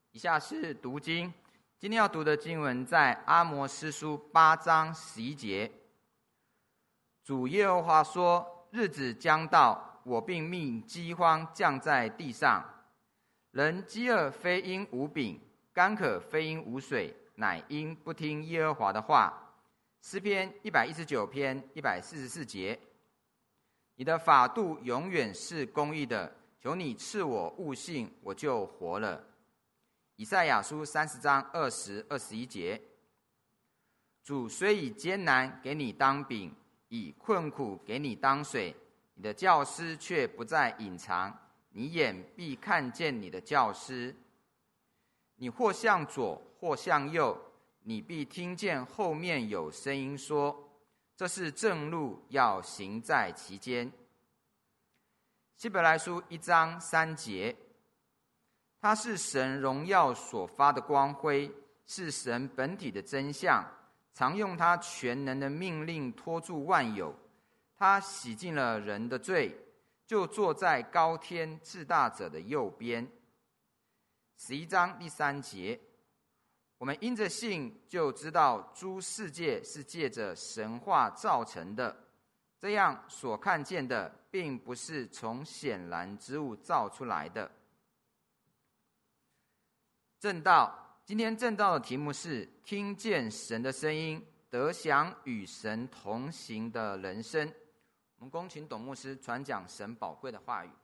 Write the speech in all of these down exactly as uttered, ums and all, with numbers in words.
以下是读经，今天要读的经文在阿摩司书八章十一节。主耶和华说：日子将到，我并命饥荒降在地上，人饥饿非因无饼，干渴非因无水，乃因不听耶和华的话。诗篇一百一十九篇一百四十四节。你的法度永远是公义的，求你赐我悟性，我就活了。以赛亚书三十章二十、二十一节。主虽以艰难给你当饼，以困苦给你当水，你的教师却不再隐藏，你眼必看见你的教师。你或向左，或向右，你必听见后面有声音说：这是正路，要行在其间。希伯来书一章三节。它是神荣耀所发的光辉，是神本体的真相，常用他全能的命令托住万有。他洗净了人的罪，就坐在高天至大者的右边。十一章第三节。我们因着信就知道诸世界是借着神话造成的，这样所看见的并不是从显然之物造出来的。正道，今天正道的题目是听见神的声音，得享与神同行的人生。我们恭请董牧师传讲神宝贵的话语。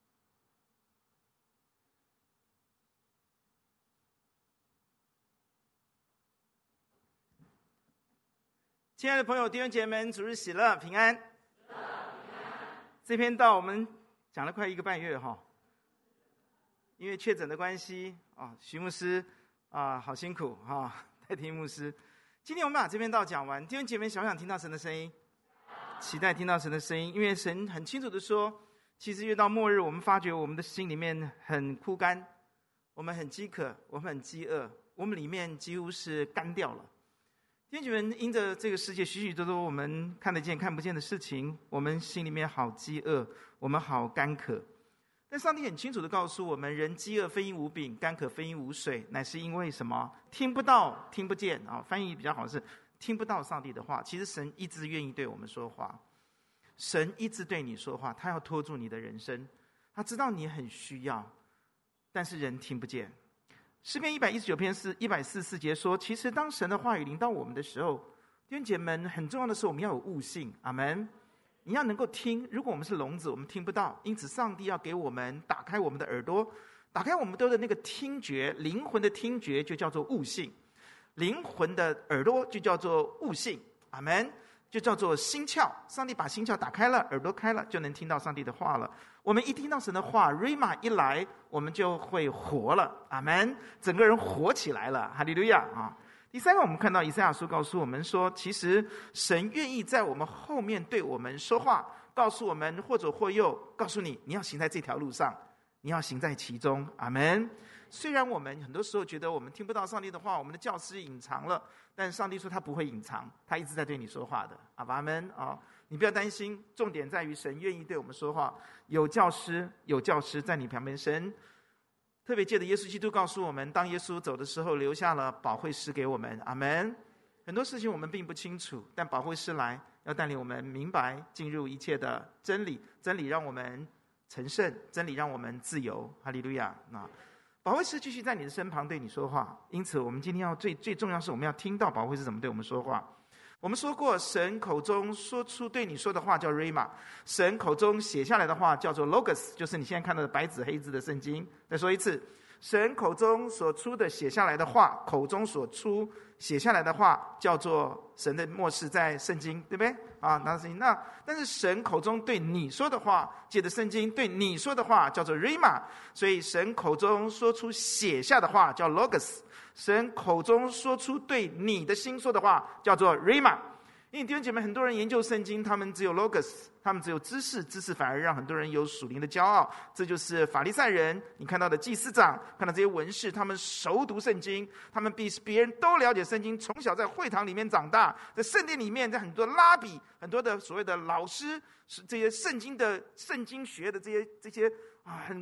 亲爱的朋友、弟兄姐妹们，主日喜乐，平安。这篇道我们讲了快一个半月哈，因为确诊的关系啊，徐牧师啊，好辛苦哈，代替牧师。今天我们把这篇道讲完，弟兄姐妹想不想听到神的声音？期待听到神的声音，因为神很清楚的说，其实越到末日，我们发觉我们的心里面很枯干，我们很饥渴，我们很饥饿，我们里面几乎是干掉了。弟兄姐妹，因着这个世界许许多多我们看得见看不见的事情，我们心里面好饥饿，我们好干渴。但上帝很清楚地告诉我们，人饥饿非因无饼，干渴非因无水，乃是因为什么？听不到，听不见啊。翻译比较好是听不到上帝的话。其实神一直愿意对我们说话，神一直对你说话，他要拖住你的人生，他知道你很需要，但是人听不见。诗篇一百一十九篇是一百四十四节说，其实当神的话语临到我们的时候，弟兄姐妹们，很重要的是我们要有悟性，阿们。你要能够听，如果我们是聋子，我们听不到，因此上帝要给我们打开我们的耳朵，打开我们都的那个听觉，灵魂的听觉就叫做悟性，灵魂的耳朵就叫做悟性，阿们，就叫做心窍。上帝把心窍打开了，耳朵开了，就能听到上帝的话了。我们一听到神的话 Rhema 一来，我们就会活了，阿们，整个人活起来了，哈利路亚啊！第三个，我们看到以赛亚书告诉我们说，其实神愿意在我们后面对我们说话，告诉我们或左或右，告诉你你要行在这条路上，你要行在其中，阿们。虽然我们很多时候觉得我们听不到上帝的话，我们的教师隐藏了，但上帝说他不会隐藏，他一直在对你说话的，阿们啊！你不要担心，重点在于神愿意对我们说话，有教师，有教师在你旁边。神特别借着耶稣基督告诉我们，当耶稣走的时候，留下了保惠师给我们，阿们。很多事情我们并不清楚，但保惠师来要带领我们明白，进入一切的真理，真理让我们成圣，真理让我们自由，哈利路亚。那保惠师继续在你的身旁对你说话，因此我们今天要最最重要是我们要听到保惠师怎么对我们说话。我们说过，神口中说出对你说的话叫 Rhema， 神口中写下来的话叫做 Logos， 就是你现在看到的白纸黑字的圣经。再说一次，神口中所出的写下来的话，口中所出写下来的话叫做神的默示，在圣经，对不对啊？那圣经，那但是神口中对你说的话，借着圣经对你说的话叫做 Rhema， 所以神口中说出写下的话叫 Logos，神口中说出对你的心说的话叫做 Rhema。 因为弟兄姐妹，很多人研究圣经，他们只有 Logos， 他们只有知识，知识反而让很多人有属灵的骄傲。这就是法利赛人，你看到的祭司长，看到这些文士，他们熟读圣经，他们比别人都了解圣经，从小在会堂里面长大，在圣殿里面，在很多拉比，很多的所谓的老师，这些圣经的圣经学的这些这些啊，很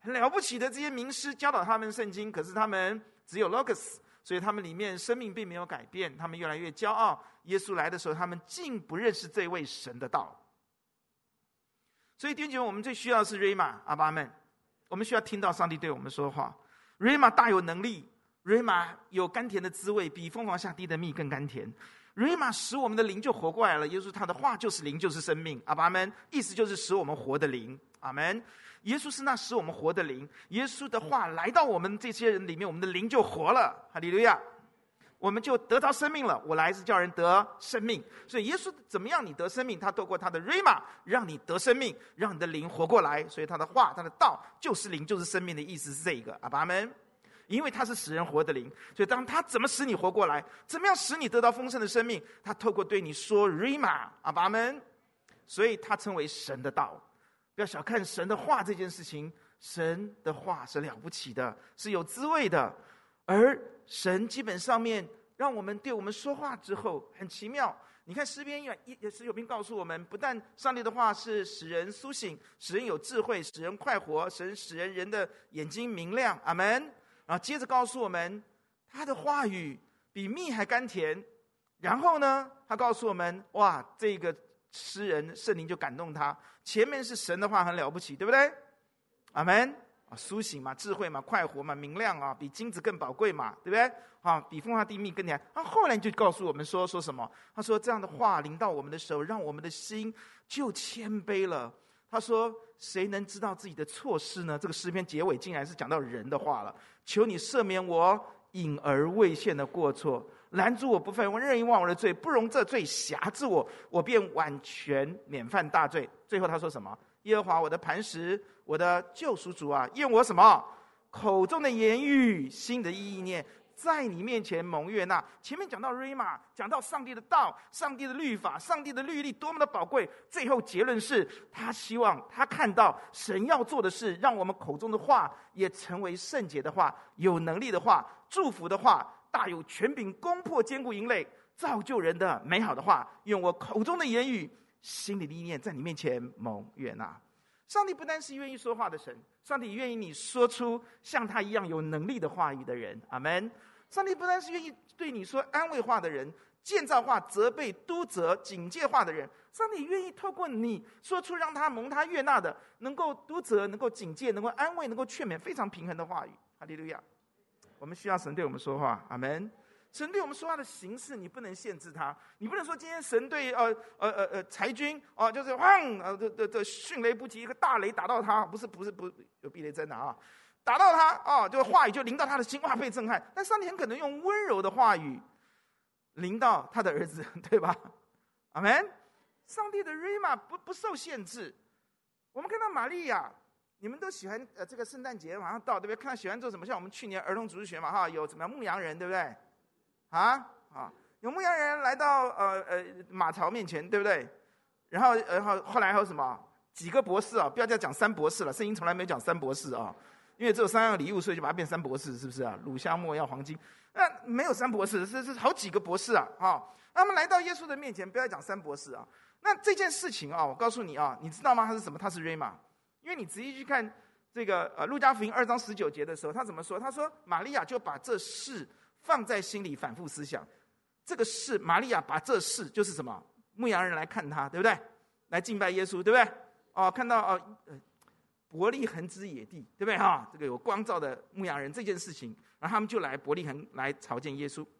很了不起的这些名师教导他们圣经，可是他们只有 logos， 所以他们里面生命并没有改变，他们越来越骄傲。耶稣来的时候，他们竟不认识这位神的道。所以弟兄姐妹，我们最需要的是 Rhema 阿爸们，我们需要听到上帝对我们说话。Rhema 大有能力， Rhema 有甘甜的滋味，比蜂房下滴的蜜更甘甜。Rhema 使我们的灵就活过来了。耶稣他的话就是灵，就是生命。阿爸们，意思就是使我们活的灵。阿们。耶稣是那使我们活的灵，耶稣的话来到我们这些人里面，我们的灵就活了。哈利路亚，我们就得到生命了。我来是叫人得生命，所以耶稣怎么样你得生命？他透过他的 Rhema 让你得生命，让你的灵活过来。所以他的话，他的道就是灵，就是生命的意思是这个。阿爸们，因为他是使人活的灵，所以当他怎么使你活过来，怎么样使你得到丰盛的生命，他透过对你说 Rhema。阿爸们，所以他称为神的道。不要小看神的话这件事情，神的话是了不起的，是有滋味的。而神基本上面让我们对我们说话之后很奇妙。你看诗篇也是有篇告诉我们，不但上帝的话是使人苏醒，使人有智慧，使人快活，神使人人的眼睛明亮。阿们。然后接着告诉我们，他的话语比蜜还甘甜。然后呢，他告诉我们，哇，这个诗人圣灵就感动他。前面是神的话很了不起，对不对？阿们。啊，苏醒嘛，智慧嘛，快活嘛，明亮啊，比金子更宝贵嘛，对不对？啊，比蜂花地蜜更甜。他后来就告诉我们说说什么？他说这样的话临到我们的时候，让我们的心就谦卑了。他说谁能知道自己的错事呢？这个诗篇结尾竟然是讲到人的话了。求你赦免我隐而未现的过错，拦阻我不犯我任意忘我的罪，不容这罪辖制我，我便完全免犯大罪。最后他说什么？耶和华我的磐石，我的救赎主啊，愿我什么？口中的言语，心的意念，在你面前蒙悦纳。前面讲到 Rhema， 讲到上帝的道，上帝的律法，上帝的律例多么的宝贵。最后结论是他希望他看到神要做的事，让我们口中的话也成为圣洁的话，有能力的话，祝福的话，大有权柄，攻破坚固营垒，造就人的美好的话。愿我口中的言语，心里的意念，在你面前蒙悦纳。上帝不单是愿意说话的神，上帝愿意你说出像他一样有能力的话语的人。阿们。上帝不单是愿意对你说安慰话的人，建造话、责备、督责、警戒话的人，上帝愿意透过你说出让他蒙他悦纳的，能够督责、能够警戒、能够安慰、能够劝勉，非常平衡的话语。哈利路亚。我们需要神对我们说话。阿们。神对我们说话的形式，你不能限制他。你不能说今天神对呃呃呃呃裁军哦、呃，就是砰呃这这这迅雷不及，一个大雷打到他，不是不是不是有避雷针的啊，打到他哦，这个话语就临到他的心，哇，被震撼。但上帝很可能用温柔的话语临到他的儿子，对吧？阿们。上帝的 Rhema 不不受限制。我们看到玛利亚，你们都喜欢呃这个圣诞节马上到，对不对？看到喜欢做什么？像我们去年儿童主日学嘛哈，有怎么样牧羊人，对不对？啊啊，有牧羊人来到呃呃马槽面前，对不对？然后然后后来还有什么？几个博士啊？不要再讲三博士了，圣经从来没有讲三博士啊，因为只有三样礼物，所以就把它变三博士，是不是啊？乳香、没药、黄金，那没有三博士，是是好几个博士啊！啊，他们来到耶稣的面前，不要再讲三博士啊。那这件事情啊，我告诉你啊，你知道吗？它是什么？它是 Rhema， 因为你仔细去看这个呃路加福音二章十九节的时候，他怎么说？他说玛利亚就把这事放在心里反复思想。这个事，玛利亚把这事就是什么？牧羊人来看他，对不对？来敬拜耶稣，对不对？哦，看到哦，呃，伯利恒之野地，对不对？哈、哦，这个有光照的牧羊人这件事情，然后他们就来伯利恒来朝见耶稣。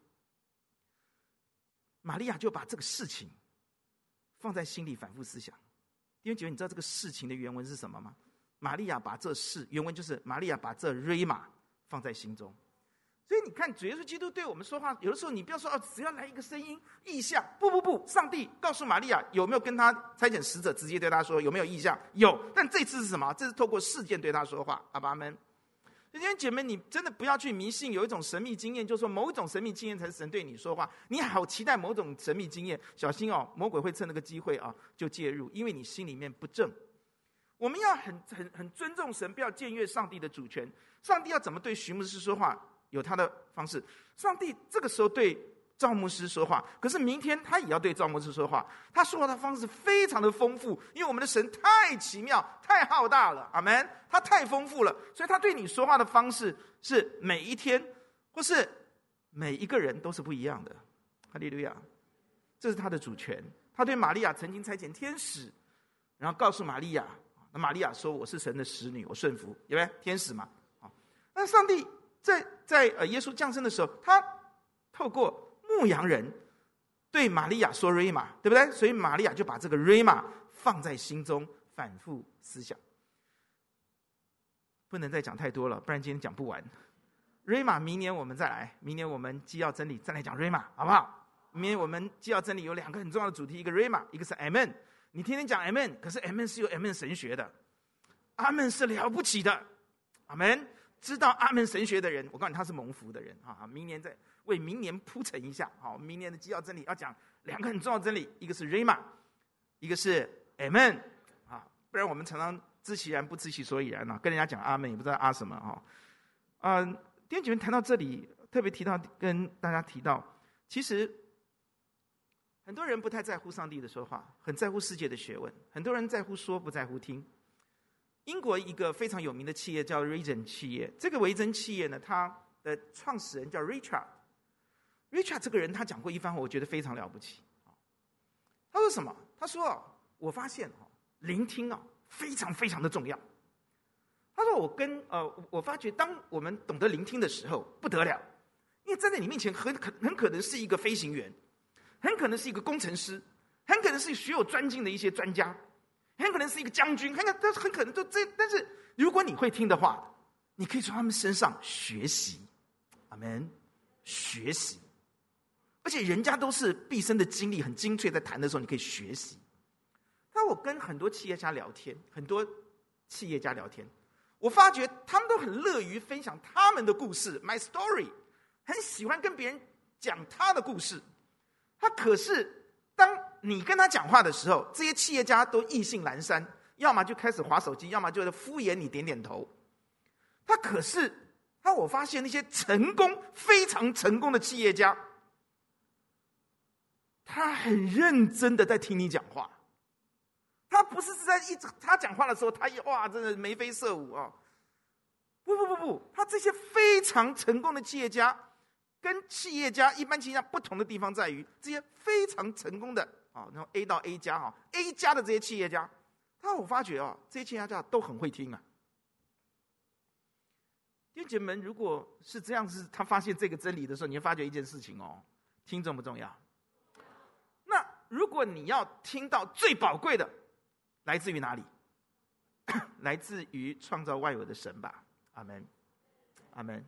玛利亚就把这个事情放在心里反复思想。弟兄姐妹，你知道这个事情的原文是什么吗？玛利亚把这事，原文就是玛利亚把这 Rhema 放在心中。所以你看，主耶稣基督对我们说话，有的时候你不要说哦，只要来一个声音、意象，不不不，上帝告诉玛利亚，有没有跟他差遣使者直接对他说，有没有意象？有，但这次是什么？这是透过事件对他说话。阿爸们，弟兄姐妹，你真的不要去迷信有一种神秘经验，就是说某一种神秘经验才是神对你说话。你好期待某种神秘经验，小心哦，魔鬼会趁那个机会啊就介入，因为你心里面不正。我们要很很很尊重神，不要僭越上帝的主权。上帝要怎么对徐牧师说话？有他的方式。上帝这个时候对赵牧师说话，可是明天他也要对赵牧师说话。他说话的方式非常的丰富，因为我们的神太奇妙、太浩大了，阿们，他太丰富了，所以他对你说话的方式是每一天或是每一个人都是不一样的。哈利路亚，这是他的主权。他对玛利亚曾经差遣天使，然后告诉玛利亚，那玛利亚说：“我是神的使女，我顺服。”有没有天使嘛？好，那上帝在在呃耶稣降生的时候，他透过牧羊人对玛利亚说瑞玛，对不对？所以玛利亚就把这个瑞玛放在心中，反复思想。不能再讲太多了，不然今天讲不完。瑞玛，明年我们再来，明年我们既要真理再来讲瑞玛，好不好？明年我们既要真理有两个很重要的主题，一个瑞玛，一个是 Amen。你天天讲 Amen， 可是 Amen 是有 Amen 神学的，阿门是了不起的，阿门。知道阿门神学的人，我告诉你他是蒙福的人啊！明年再为明年铺陈一下，好，明年的基要真理要讲两个很重要的真理，一个是 Rhema， 一个是 Amen 啊，不然我们常常知其然不知其所以然啊，跟人家讲阿门也不知道阿什么哈。啊，弟兄姐妹谈到这里，特别提到跟大家提到，其实很多人不太在乎上帝的说话，很在乎世界的学问，很多人在乎说，不在乎听。英国一个非常有名的企业叫 Reason 企业，这个维珍企业呢，它的创始人叫 Richard。Richard 这个人他讲过一番话，我觉得非常了不起。他说什么？他说：“我发现聆听啊非常非常的重要。”他说：“我跟呃，我发觉当我们懂得聆听的时候，不得了，因为站在你面前很可很可能是一个飞行员，很可能是一个工程师，很可能是学有专精的一些专家。”很可能是一个将军，很可能很可能都这，但是如果你会听的话，你可以从他们身上学习，阿们，学习，而且人家都是毕生的精力很精粹，在谈的时候你可以学习。那我跟很多企业家聊天，很多企业家聊天，我发觉他们都很乐于分享他们的故事 ，my story， 很喜欢跟别人讲他的故事。他可是当你跟他讲话的时候，这些企业家都意兴阑珊，要么就开始滑手机，要么就是敷衍你点点头。他可是他我发现那些成功非常成功的企业家，他很认真的在听你讲话，他不是在一直他讲话的时候他哇真的眉飞色舞啊，不不不不，他这些非常成功的企业家跟企业家一般企业家不同的地方在于，这些非常成功的啊，然后 A 到 A 加哈 ，A 加的这些企业家，他我发觉哦，这些企业家都很会听啊。弟兄姐妹们，如果是这样子，他发现这个真理的时候，你会发觉一件事情哦，听重不重要？那如果你要听到最宝贵的，来自于哪里？来自于创造万有的神吧。阿们，阿们。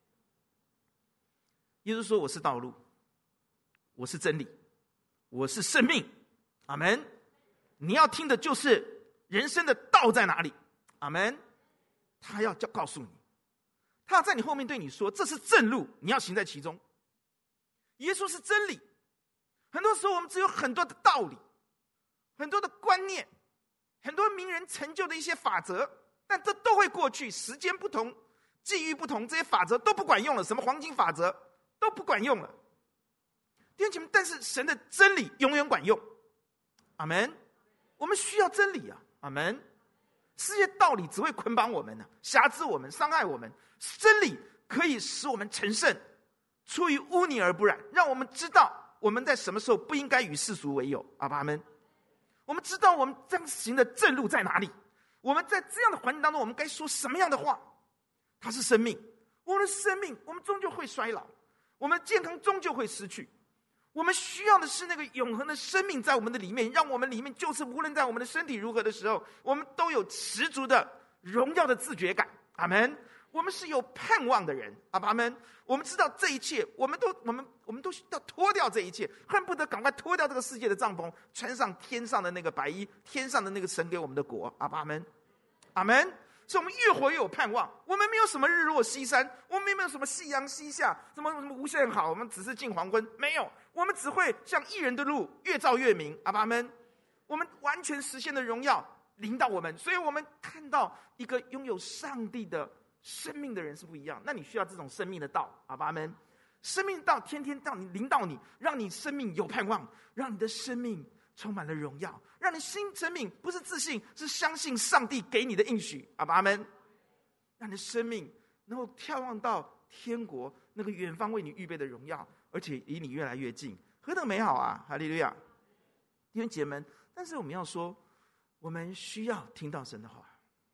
耶稣说：“我是道路，我是真理，我是生命。”阿们。你要听的就是人生的道在哪里。阿们。他要告诉你，他要在你后面对你说：“这是正路，你要行在其中。”耶稣是真理。很多时候我们只有很多的道理，很多的观念，很多名人成就的一些法则，但这都会过去。时间不同，际遇不同，这些法则都不管用了。什么黄金法则都不管用了，弟兄姐妹，但是神的真理永远管用。阿们。我们需要真理啊，阿们。世界道理只会捆绑我们呢，辖制我们，伤害我们。真理可以使我们成圣，出于污泥而不染，让我们知道我们在什么时候不应该与世俗为友。阿们。我们知道我们这样行的正路在哪里，我们在这样的环境当中，我们该说什么样的话。它是生命，我们的生命，我们终究会衰老，我们的健康终究会失去。我们需要的是那个永恒的生命在我们的里面，让我们里面就是无论在我们的身体如何的时候，我们都有十足的荣耀的自觉感。阿们。我们是有盼望的人。阿们。我们知道这一切，我们都我们我们都要脱掉这一切，恨不得赶快脱掉这个世界的帐篷，穿上天上的那个白衣，天上的那个神给我们的国。阿们。阿们。所以我们越活越有盼望。我们没有什么日落西山，我们也没有什么夕阳西下，什么什么无限好，我们只是近黄昏，没有。我们只会像义人的路越照越明。阿们。我们完全实现的荣耀临到我们，所以我们看到一个拥有上帝的生命的人是不一样。那你需要这种生命的道。阿们。 生命到天天到你临到你，让你生命有盼望，让你的生命充满了荣耀，让你新生命不是自信，是相信上帝给你的应许。阿们。让你的生命能够眺望到天国那个远方为你预备的荣耀，而且离你越来越近，何等美好啊！哈利路亚！弟兄姐妹们，但是我们要说，我们需要听到神的话。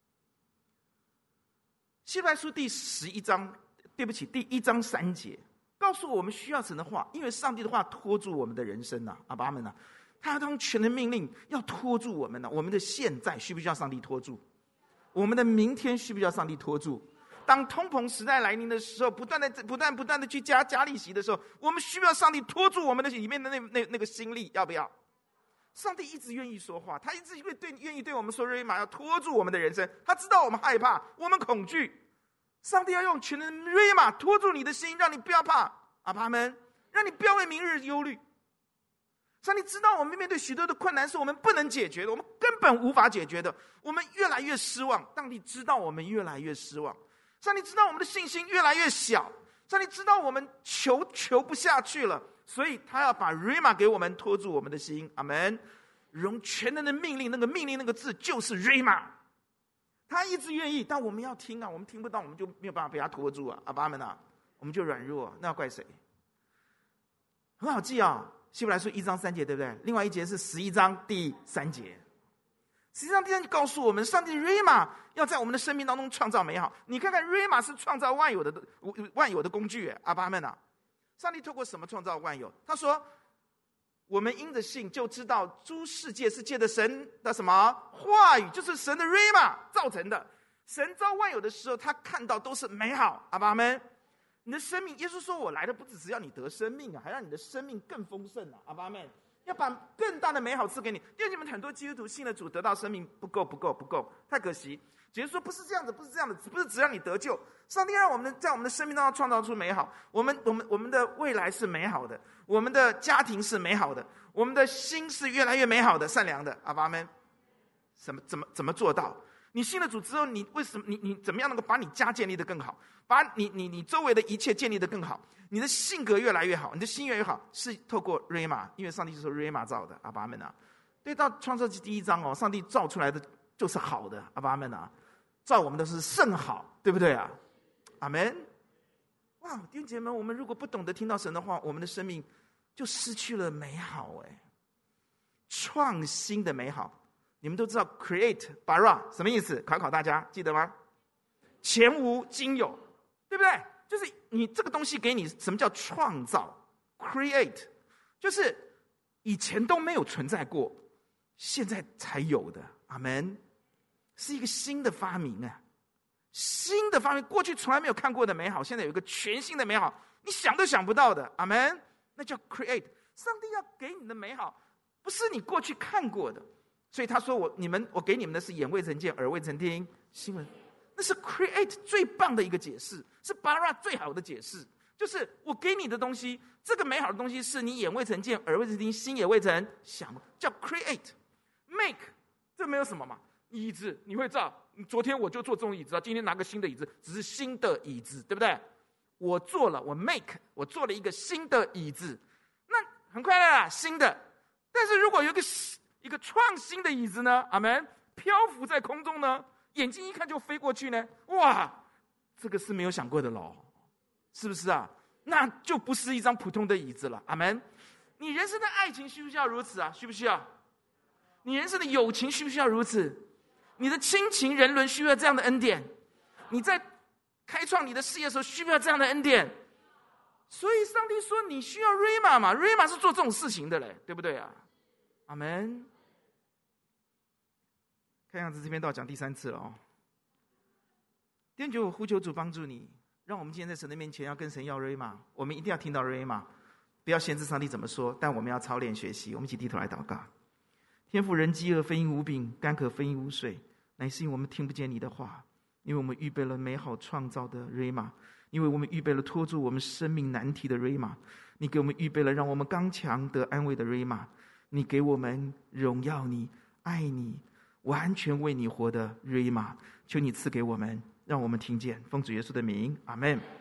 希伯来书第十一章，对不起，第一章三节，告诉我们需要神的话，因为上帝的话拖住我们的人生呐、啊，阿爸们呐，他当全能命令要拖住我们呐、啊，我们的现在需不需要上帝拖住？我们的明天需不需要上帝拖住？当通膨时代来临的时候，不断的、不断、不断的去加加利息的时候，我们需不需要上帝拖住我们的里面的那那那个心力？要不要？上帝一直愿意说话，他一直会对愿意对我们说瑞玛，要拖住我们的人生。他知道我们害怕，我们恐惧。上帝要用全能瑞玛拖住你的心，让你不要怕，阿爸们，让你不要为明日忧虑。上帝知道我们面对许多的困难是我们不能解决的，我们根本无法解决的，我们越来越失望。上帝知道我们越来越失望，上帝知道我们的信心越来越小，上帝知道我们求求不下去了，所以他要把瑞玛给我们，拖住我们的心。阿们。容全能的命令，那个命令那个字就是瑞玛。他一直愿意，但我们要听啊，我们听不到，我们就没有办法被他拖住啊，阿爸们啊，我们就软弱，那要怪谁？很好记啊，希伯来书一章三节，对不对？另外一节是十一章第三节。实际上，第三节告诉我们，上帝瑞玛要在我们的生命当中创造美好。你看看，瑞玛是创造万有的万有的工具，阿爸们啊，上帝透过什么创造万有？他说，我们因着信就知道诸世界是借着神的什么话语，就是神的瑞玛造成的。神造万有的时候，他看到都是美好，阿爸们。你的生命，耶稣说我来的不只是要你得生命啊，还让你的生命更丰盛啊，阿爸们。要把更大的美好赐给你。因为你们很多基督徒信了主得到生命不够不够不够，太可惜。耶稣说不是这样子，不是这样子，不是只让你得救，上帝让我们在我们的生命当中创造出美好。我们我们我们的未来是美好的，我们的家庭是美好的，我们的心是越来越美好的、善良的。阿爸们，怎么怎么怎么做到？你信了主之后，你为什么你你怎么样能够把你家建立得更好，把你你你周围的一切建立得更好？你的性格越来越好，你的心越来越好，是透过瑞玛，因为上帝就是瑞玛造的，阿爸们啊。对，到创世纪第一章哦，上帝造出来的就是好的，阿爸们啊，造我们的是甚好，对不对啊？阿们。哇，弟兄姐妹们，我们如果不懂得听到神的话，我们的生命就失去了美好，哎，创新的美好。你们都知道 create bara 什么意思？考考大家，记得吗？前无今有，对不对？就是你这个东西给你，什么叫创造 create 就是以前都没有存在过，现在才有的。阿们。是一个新的发明啊，新的发明，过去从来没有看过的美好，现在有一个全新的美好，你想都想不到的。阿们。那叫 create。 上帝要给你的美好不是你过去看过的，所以他说我你们我给你们的是眼未曾见耳未曾听新闻，那是 create 最棒的一个解释，是 bara 最好的解释，就是我给你的东西，这个美好的东西是你眼未曾见耳未曾听心也未曾想，叫 create make。 这没有什么嘛，椅子你会造，昨天我就做这种椅子啊，今天拿个新的椅子，只是新的椅子，对不对？我做了，我 make 我做了一个新的椅子，那很快乐啦，新的。但是如果有一个一个创新的椅子呢，阿们，漂浮在空中呢，眼睛一看就飞过去呢，哇，这个是没有想过的咯，是不是啊？那就不是一张普通的椅子了，阿们。你人生的爱情需不需要如此啊？需不需要？你人生的友情需不需要如此？你的亲情人伦需要这样的恩典？你在开创你的事业的时候需不需要这样的恩典？所以上帝说你需要瑞玛嘛，瑞玛是做这种事情的嘞，对不对啊？阿们。看样子这边到讲第三次了哦。弟兄姐妹，我呼求主帮助你，让我们今天在神的面前要跟神要瑞玛，我们一定要听到瑞玛，不要限制上帝怎么说，但我们要操练学习。我们一起低头来祷告。天父，人饥饿非因无饼，干渴非因无水，乃是因为我们听不见你的话，因为我们预备了美好创造的瑞玛，因为我们预备了拖住我们生命难题的瑞玛，你给我们预备了让我们刚强得安慰的瑞玛，你给我们荣耀你爱你完全为你活的瑞玛，求你赐给我们，让我们听见。奉主耶稣的名，阿们。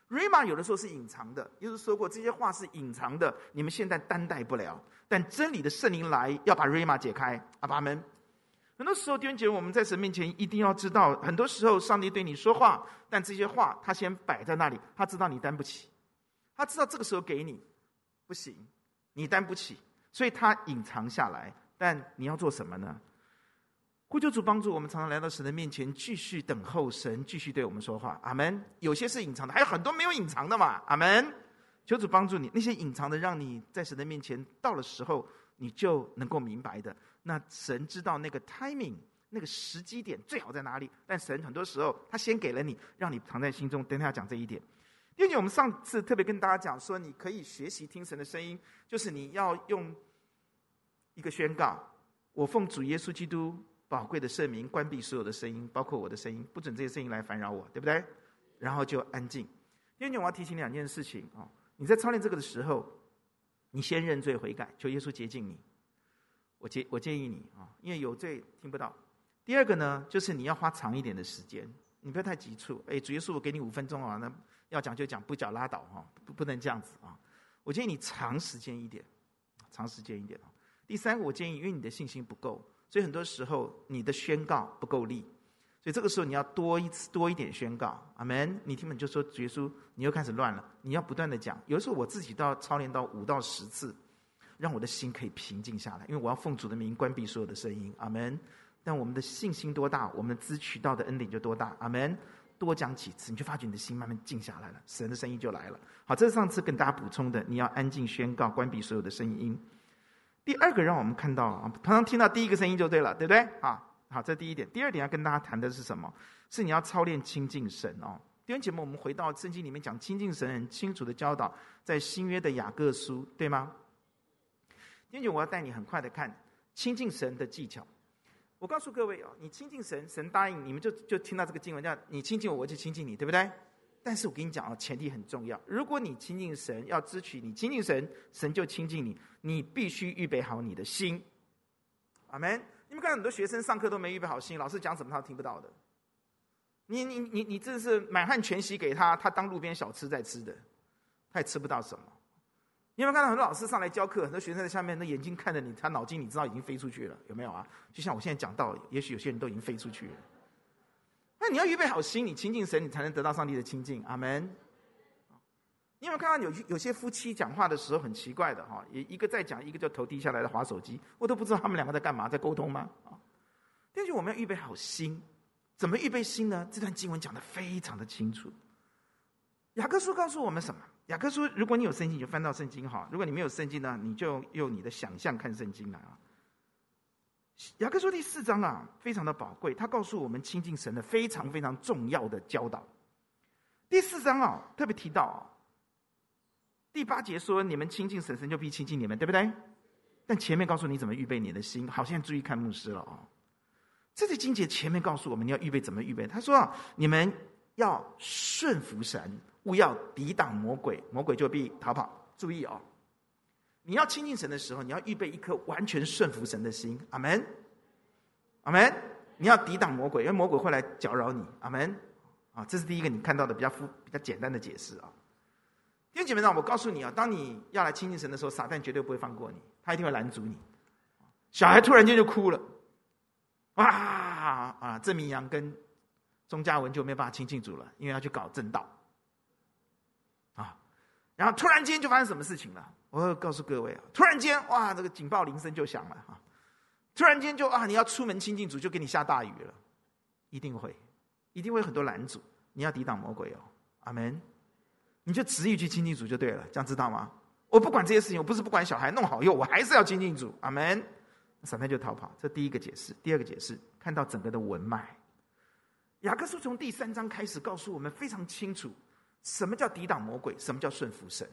Rhema 有的时候是隐藏的，耶稣说过这些话是隐藏的，你们现在担待不了。但真理的圣灵来，要把 Rhema 解开。阿爸们。很多时候弟兄姐妹，我们在神面前一定要知道，很多时候上帝对你说话，但这些话他先摆在那里，他知道你担不起，他知道这个时候给你不行，你担不起，所以他隐藏下来。但你要做什么呢？呼求主帮助我们，常常来到神的面前，继续等候神继续对我们说话。阿们。有些是隐藏的，还有很多没有隐藏的嘛。阿们。求主帮助你，那些隐藏的，让你在神的面前到了时候你就能够明白的。那神知道那个 timing， 那个时机点最好在哪里，但神很多时候他先给了你，让你藏在心中。等一下要讲这一点。因为我们上次特别跟大家讲说，你可以学习听神的声音，就是你要用一个宣告：我奉主耶稣基督宝贵的圣名，关闭所有的声音，包括我的声音，不准这些声音来烦扰我，对不对？然后就安静。因为我要提醒两件事情啊，你在操练这个的时候，你先认罪悔改，求耶稣洁净你。我建我建议你啊，因为有罪听不到。第二个呢，就是你要花长一点的时间，你不要太急促。哎，主耶稣，我给你五分钟啊，那要讲就讲，不讲拉倒哈，不不能这样子啊。我建议你长时间一点，长时间一点。第三个，我建议，因为你的信心不够，所以很多时候你的宣告不够力，所以这个时候你要多一次多一点宣告。阿们。你听了你就说主耶稣，你又开始乱了，你要不断的讲。有的时候我自己都要操练到五到十次。让我的心可以平静下来，因为我要奉主的名关闭所有的声音。阿们。但我们的信心多大，我们支取到的恩典就多大。阿们。多讲几次，你就发觉你的心慢慢静下来了，神的声音就来了。好，这是上次跟大家补充的，你要安静宣告，关闭所有的声音。第二个让我们看到，常常听到第一个声音就对了，对不对？好，好，这第一点。第二点要跟大家谈的是什么？是你要操练亲近神哦。弟兄姐妹，我们回到圣经里面讲亲近神，很清楚的教导，在新约的雅各书，对吗？今天我要带你很快的看亲近神的技巧。我告诉各位哦，你亲近神，神答应你们就就听到这个经文叫你亲近我，我就亲近你，对不对？但是我跟你讲哦，前提很重要。如果你亲近神，要支取你亲近神，神就亲近你，你必须预备好你的心。阿们。你们看很多学生上课都没预备好心，老师讲什么他都听不到的。你你你你真是满汉全席给他，他当路边小吃在吃的，他也吃不到什么。你有没有看到很多老师上来教课，很多学生在下面，那眼睛看着你，他脑筋你知道已经飞出去了，有没有啊？就像我现在讲到，也许有些人都已经飞出去了。那你要预备好心，你亲近神，你才能得到上帝的亲近。阿们。你有没有看到有有些夫妻讲话的时候很奇怪的哈，一个在讲，一个就头低下来的滑手机，我都不知道他们两个在干嘛，在沟通吗？啊，但是我们要预备好心，怎么预备心呢？这段经文讲得非常的清楚。雅各书告诉我们什么？雅各书，如果你有圣经，你就翻到圣经哈；如果你没有圣经呢，你就用你的想象看圣经来啊。雅各书第四章啊，非常的宝贵，他告诉我们亲近神的非常非常重要的教导。第四章啊，特别提到啊，第八节说：“你们亲近神，神就必亲近你们，对不对？”但前面告诉你怎么预备你的心。好，现在注意看牧师了啊。这些经节前面告诉我们你要预备怎么预备。他说啊，你们要顺服神。勿要抵挡魔鬼，魔鬼就必逃跑。注意哦，你要亲近神的时候，你要预备一颗完全顺服神的心。阿们，阿们。你要抵挡魔鬼，因为魔鬼会来搅扰你。阿们。啊，这是第一个你看到的比较复、比较简单的解释啊。弟兄姐妹们，我告诉你啊，当你要来亲近神的时候，撒旦绝对不会放过你，他一定会拦阻你。小孩突然间就哭了，哇啊！郑明阳跟钟嘉文就没有办法亲近主了，因为要去搞正道。啊，然后突然间就发生什么事情了？我要告诉各位啊，突然间哇，这个警报铃声就响了啊！突然间就啊，你要出门亲近主，就给你下大雨了，一定会，一定会有很多拦阻。你要抵挡魔鬼哦，阿们。你就执意去亲近主就对了，这样知道吗？我不管这些事情，我不是不管小孩，弄好以后我还是要亲近主，阿们。撒旦就逃跑，这第一个解释。第二个解释，看到整个的文脉，雅各书从第三章开始告诉我们非常清楚。什么叫抵挡魔鬼？什么叫顺服神？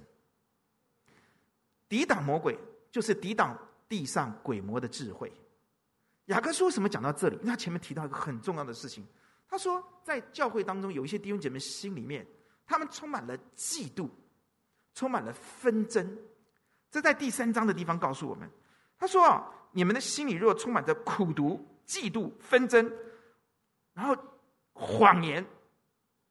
抵挡魔鬼就是抵挡地上鬼魔的智慧。雅各书为什么讲到这里？因为他前面提到一个很重要的事情。他说，在教会当中有一些弟兄姐妹心里面，他们充满了嫉妒，充满了纷争。这在第三章的地方告诉我们。他说啊，你们的心里若充满着苦毒、嫉妒、纷争，然后谎言。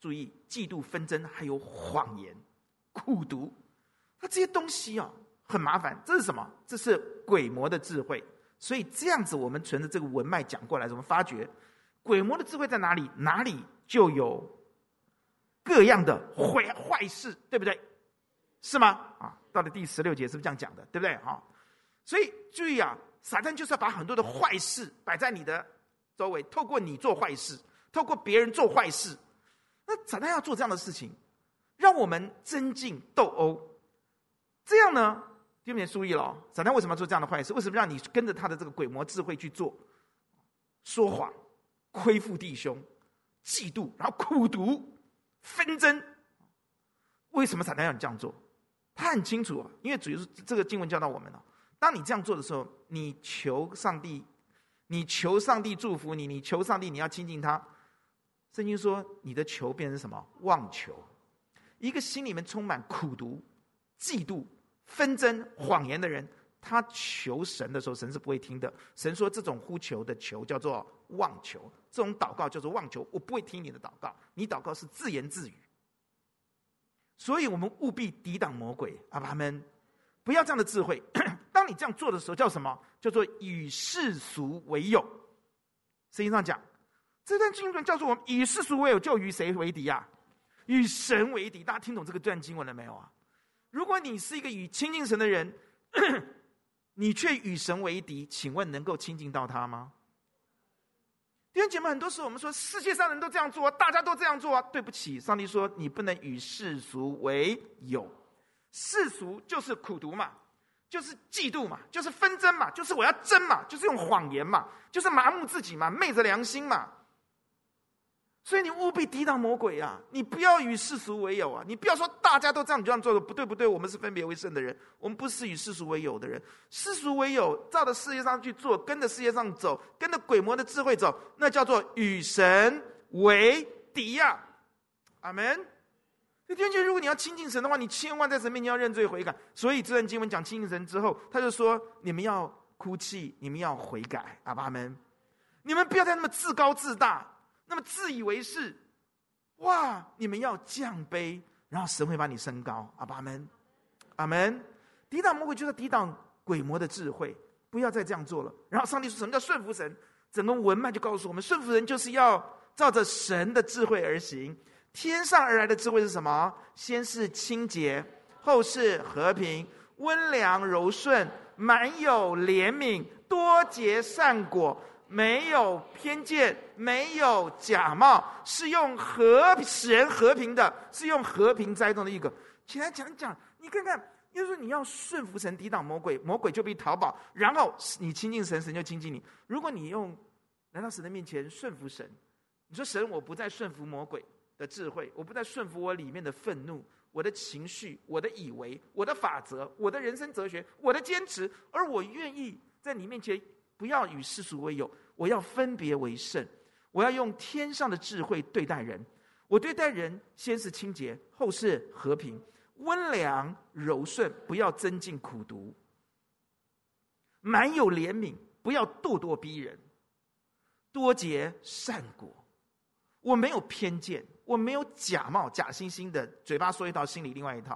注意，嫉妒、纷争，还有谎言、苦毒，那这些东西啊很麻烦。这是什么？这是鬼魔的智慧。所以这样子，我们顺着这个文脉讲过来，我们发觉鬼魔的智慧在哪里，哪里就有各样的坏坏事，对不对？是吗？啊，到了第十六节是不是这样讲的？对不对？哈，所以注意啊，撒旦就是要把很多的坏事摆在你的周围，透过你做坏事，透过别人做坏事。那撒旦要做这样的事情，让我们增进斗殴。这样呢，弟兄们注意了哦，撒旦为什么要做这样的坏事？为什么让你跟着他的这个鬼魔智慧去做？说谎、亏负弟兄、嫉妒，然后苦毒、纷争。为什么撒旦要你这样做？他很清楚啊，因为主要是这个经文教导我们了。当你这样做的时候，你求上帝，你求上帝祝福你，你求上帝，你要亲近他。圣经说，你的求变成什么？妄求。一个心里面充满苦毒、嫉妒、纷争、谎言的人，他求神的时候，神是不会听的。神说，这种呼求的求叫做妄求，这种祷告叫做妄求，我不会听你的祷告，你祷告是自言自语。所以我们务必抵挡魔鬼，阿爸们，不要这样的智慧。当你这样做的时候，叫什么？叫做与世俗为友。圣经上讲，这段经文叫做我们与世俗为友，就与谁为敌啊？与神为敌。大家听懂这个段经文了没有啊？如果你是一个与亲近神的人，你却与神为敌，请问能够亲近到他吗？弟兄姐妹，很多时候我们说世界上人都这样做，大家都这样做啊。对不起，上帝说你不能与世俗为友。世俗就是苦毒嘛，就是嫉妒嘛，就是纷争嘛，就是我要争嘛，就是用谎言嘛，就是麻木自己嘛，昧着良心嘛。所以你务必抵挡魔鬼啊！你不要与世俗为友啊！你不要说大家都这样你就这样做的，不对不对，我们是分别为圣的人，我们不是与世俗为友的人。世俗为友，照着世界上去做，跟着世界上走，跟着鬼魔的智慧走，那叫做与神为敌呀、啊！阿门。所以弟兄姐妹，如果你要亲近神的话，你千万在神面前要认罪悔改。所以这段经文讲亲近神之后，他就说：你们要哭泣，你们要悔改，阿们。你们不要再那么自高自大。那么自以为是，哇！你们要降卑，然后神会把你升高。阿们，阿们。抵挡魔鬼就是抵挡鬼魔的智慧，不要再这样做了。然后上帝说什么叫顺服神？整个文脉就告诉我们，顺服人就是要照着神的智慧而行。天上而来的智慧是什么？先是清洁，后是和平，温良柔顺，满有怜悯，多结善果。没有偏见，没有假冒，是用和使人和平的，是用和平栽种的一个。起来讲讲，你看看，就是说你要顺服神，抵挡魔鬼，魔鬼就被逃跑，然后你亲近神，神就亲近你。如果你用来到神的面前顺服神，你说神，我不再顺服魔鬼的智慧，我不再顺服我里面的愤怒、我的情绪、我的以为、我的法则、我的人生哲学、我的坚持，而我愿意在你面前不要与世俗为友。我要分别为圣，我要用天上的智慧对待人。我对待人，先是清洁，后是和平，温良柔顺，不要增进苦毒，满有怜悯，不要咄咄逼人，多结善果。我没有偏见，我没有假冒假惺惺的，嘴巴说一套，心里另外一套。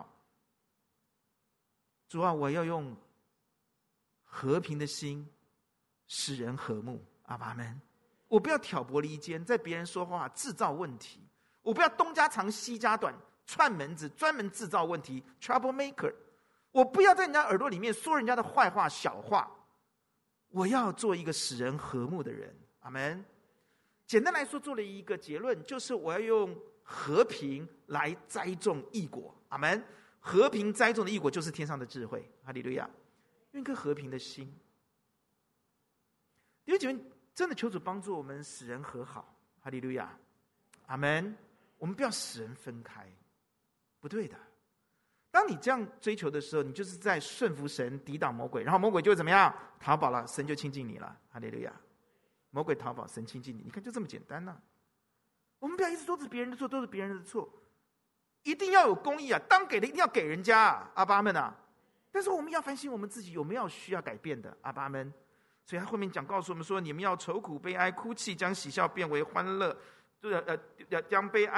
主啊，我要用和平的心使人和睦。阿爸们，我不要挑拨离间，在别人说话制造问题，我不要东家长西家短，串门子专门制造问题 trouble maker， 我不要在人家耳朵里面说人家的坏话小话，我要做一个使人和睦的人。阿们。简单来说，做了一个结论，就是我要用和平来栽种义果。阿们。和平栽种的义果就是天上的智慧。哈利路亚。用一颗和平的心，弟兄姐妹，真的求主帮助我们使人和好。哈利路亚。阿们。我们不要使人分开，不对的。当你这样追求的时候，你就是在顺服神，抵挡魔鬼，然后魔鬼就会怎么样？逃跑了，神就亲近你了。哈利路亚。魔鬼逃跑，神亲近你。你看，就这么简单呢、啊。我们不要一直都是别人的错，都是别人的错，一定要有公义啊！当给的一定要给人家啊，阿爸们啊！但是我们要反省我们自己有没有需要改变的，阿爸们。所以他后面讲告诉我们说，你们要愁苦悲哀，哭泣，将喜笑变为欢乐。呃呃，将悲哀啊、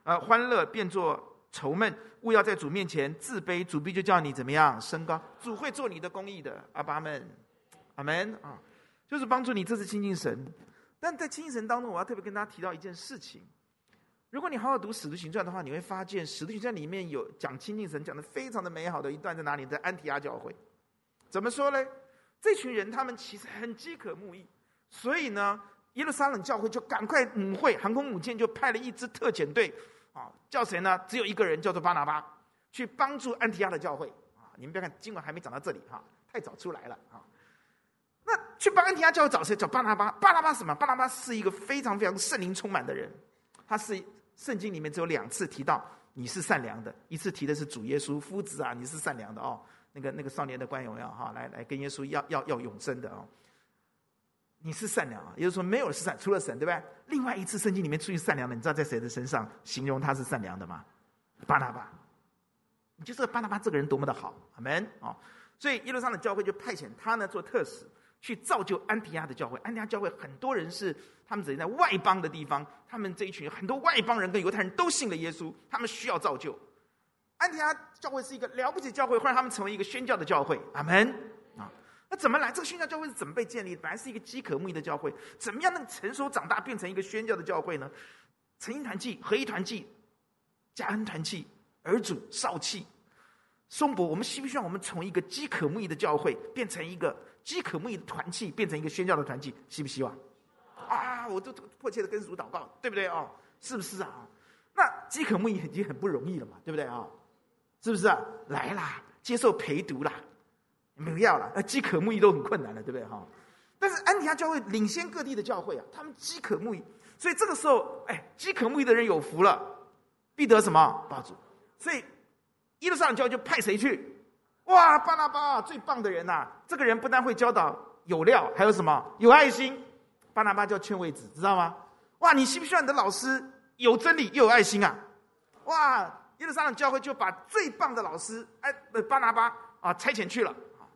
呃，欢乐变作愁闷，勿要在主面前自卑，主必就叫你怎么样升高。主会做你的公义的，阿爸们，阿门啊，就是帮助你这次亲近神。但在亲近神当中，我要特别跟大家提到一件事情。如果你好好读《使徒行传》的话，你会发现《使徒行传》里面有讲亲近神，讲得非常的美好的一段在哪里？在安提阿教会。怎么说呢？这群人他们其实很饥渴慕义，所以呢，耶路撒冷教会就赶快母会航空母舰就派了一支特遣队啊，叫谁呢？只有一个人，叫做巴拿巴，去帮助安提阿的教会啊。你们不要看经文还没讲到这里哈，太早出来了啊。那去帮安提阿教会找谁？找巴拿巴。巴拿巴什么？巴拿巴是一个非常非常圣灵充满的人，他是圣经里面只有两次提到你是善良的，一次提的是主耶稣夫子啊，你是善良的哦。那个那个少年的官有没有哈？来来跟耶稣要要要永生的哦。你是善良啊，也就是说没有是善，除了神，对不对？另外一次圣经里面出现善良的，你知道在谁的身上形容他是善良的吗？巴拿巴。你就知道巴拿巴这个人多么的好，阿们哦。所以耶路撒冷教会就派遣他呢做特使，去造就安提阿的教会。安提阿教会很多人是他们只在外邦的地方，他们这一群很多外邦人跟犹太人都信了耶稣，他们需要造就。安提阿教会是一个了不起教会，后来他们成为一个宣教的教会，阿们啊。那怎么来？这个宣教教会是怎么被建立的？本来是一个饥渴慕义的教会，怎么样能成熟长大变成一个宣教的教会呢？成英团契、合一团契、加恩团契、儿主、少契、松柏，我们希不希望我们从一个饥渴慕义的教会变成一个饥渴慕义的团契，变成一个宣教的团契？希不希望？啊，我都迫切的跟主祷告，对不对哦？是不是啊？那饥渴慕义已经很不容易了嘛，对不对啊？是不是啊？来啦，接受陪读啦，没有要了。那饥渴慕义都很困难了，对不对哈？但是安提阿教会领先各地的教会啊，他们饥渴慕义，所以这个时候，哎，饥渴慕义的人有福了，必得什么帮助？所以耶路撒冷教会就派谁去？哇，巴拿巴最棒的人呐、啊！这个人不但会教导，有料，还有什么？有爱心。巴拿巴叫劝慰子，知道吗？哇，你希不希望你的老师有真理又有爱心啊？哇！耶路撒冷教会就把最棒的老师，哎，巴拿巴啊，差遣去了。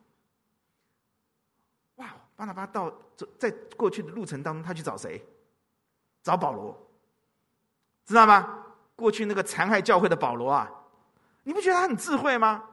哇，巴拿巴到在过去的路程当中，他去找谁？找保罗，知道吗？过去那个残害教会的保罗啊，你不觉得他很智慧吗？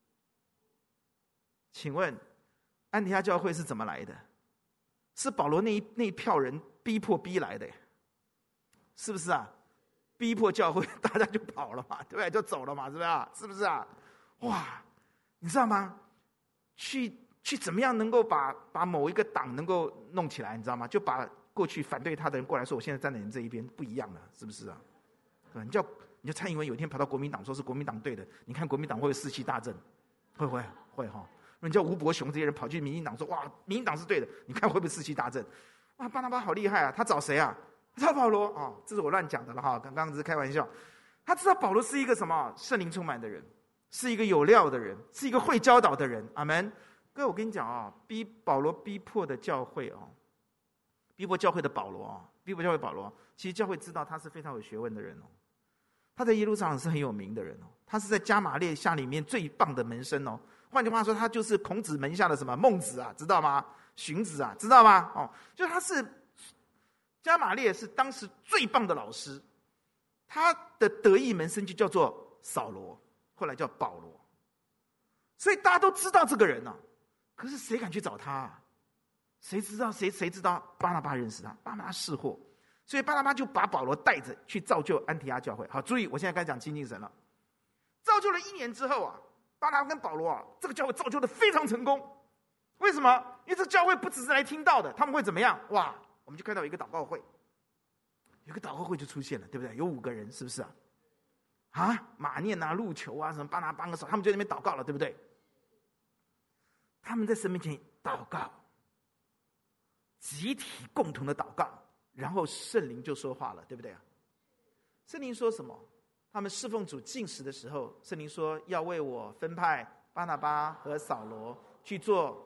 请问，安提阿教会是怎么来的？是保罗那一那一票人逼迫逼来的，是不是啊？逼迫教会，大家就跑了嘛，对不对？就走了嘛，是不是啊？是不是啊？哇，你知道吗？去去怎么样能够把把某一个党能够弄起来，你知道吗？就把过去反对他的人过来说，我现在站在你们这一边，不一样了，是不是啊？你叫你叫蔡英文有一天跑到国民党说是国民党对的，你看国民党会不会士气大振？会不会？会哈。你叫吴伯雄这些人跑去民进党说哇，民进党是对的，你看会不会士气大振？哇，巴拿巴好厉害啊！他找谁啊？他找保罗哦，这是我乱讲的了哈，刚刚只是开玩笑。他知道保罗是一个什么圣灵充满的人，是一个有料的人，是一个会教导的人。阿门。各位，我跟你讲啊、哦，逼保罗逼迫的教会哦，逼迫教会的保罗哦，逼迫教会保罗，其实教会知道他是非常有学问的人哦。他在耶路撒冷是很有名的人哦，他是在加玛列下里面最棒的门生哦。换句话说，他就是孔子门下的什么孟子啊，知道吗？荀子啊，知道吗？哦，就他是加玛列是当时最棒的老师，他的得意门生就叫做扫罗，后来叫保罗，所以大家都知道这个人啊。可是谁敢去找他啊？谁知道谁谁知道巴拿巴认识他？巴拿巴识货，所以巴拿巴就把保罗带着去造就安提阿教会。好，注意，我现在该讲亲近神了。造就了一年之后啊，巴拿巴跟保罗啊，这个教会造就的非常成功。为什么？因为这个教会不只是来听到的，他们会怎么样？哇，我们就看到有一个祷告会，有一个祷告会就出现了，对不对？有五个人，是不是啊？啊，马念啊、路球啊、什么巴拿巴的时候，他们就在那边祷告了，对不对？他们在神面前祷告，集体共同的祷告，然后圣灵就说话了，对不对啊？圣灵说什么？他们侍奉主禁食的时候，圣灵说要为我分派巴拿巴和扫罗去做。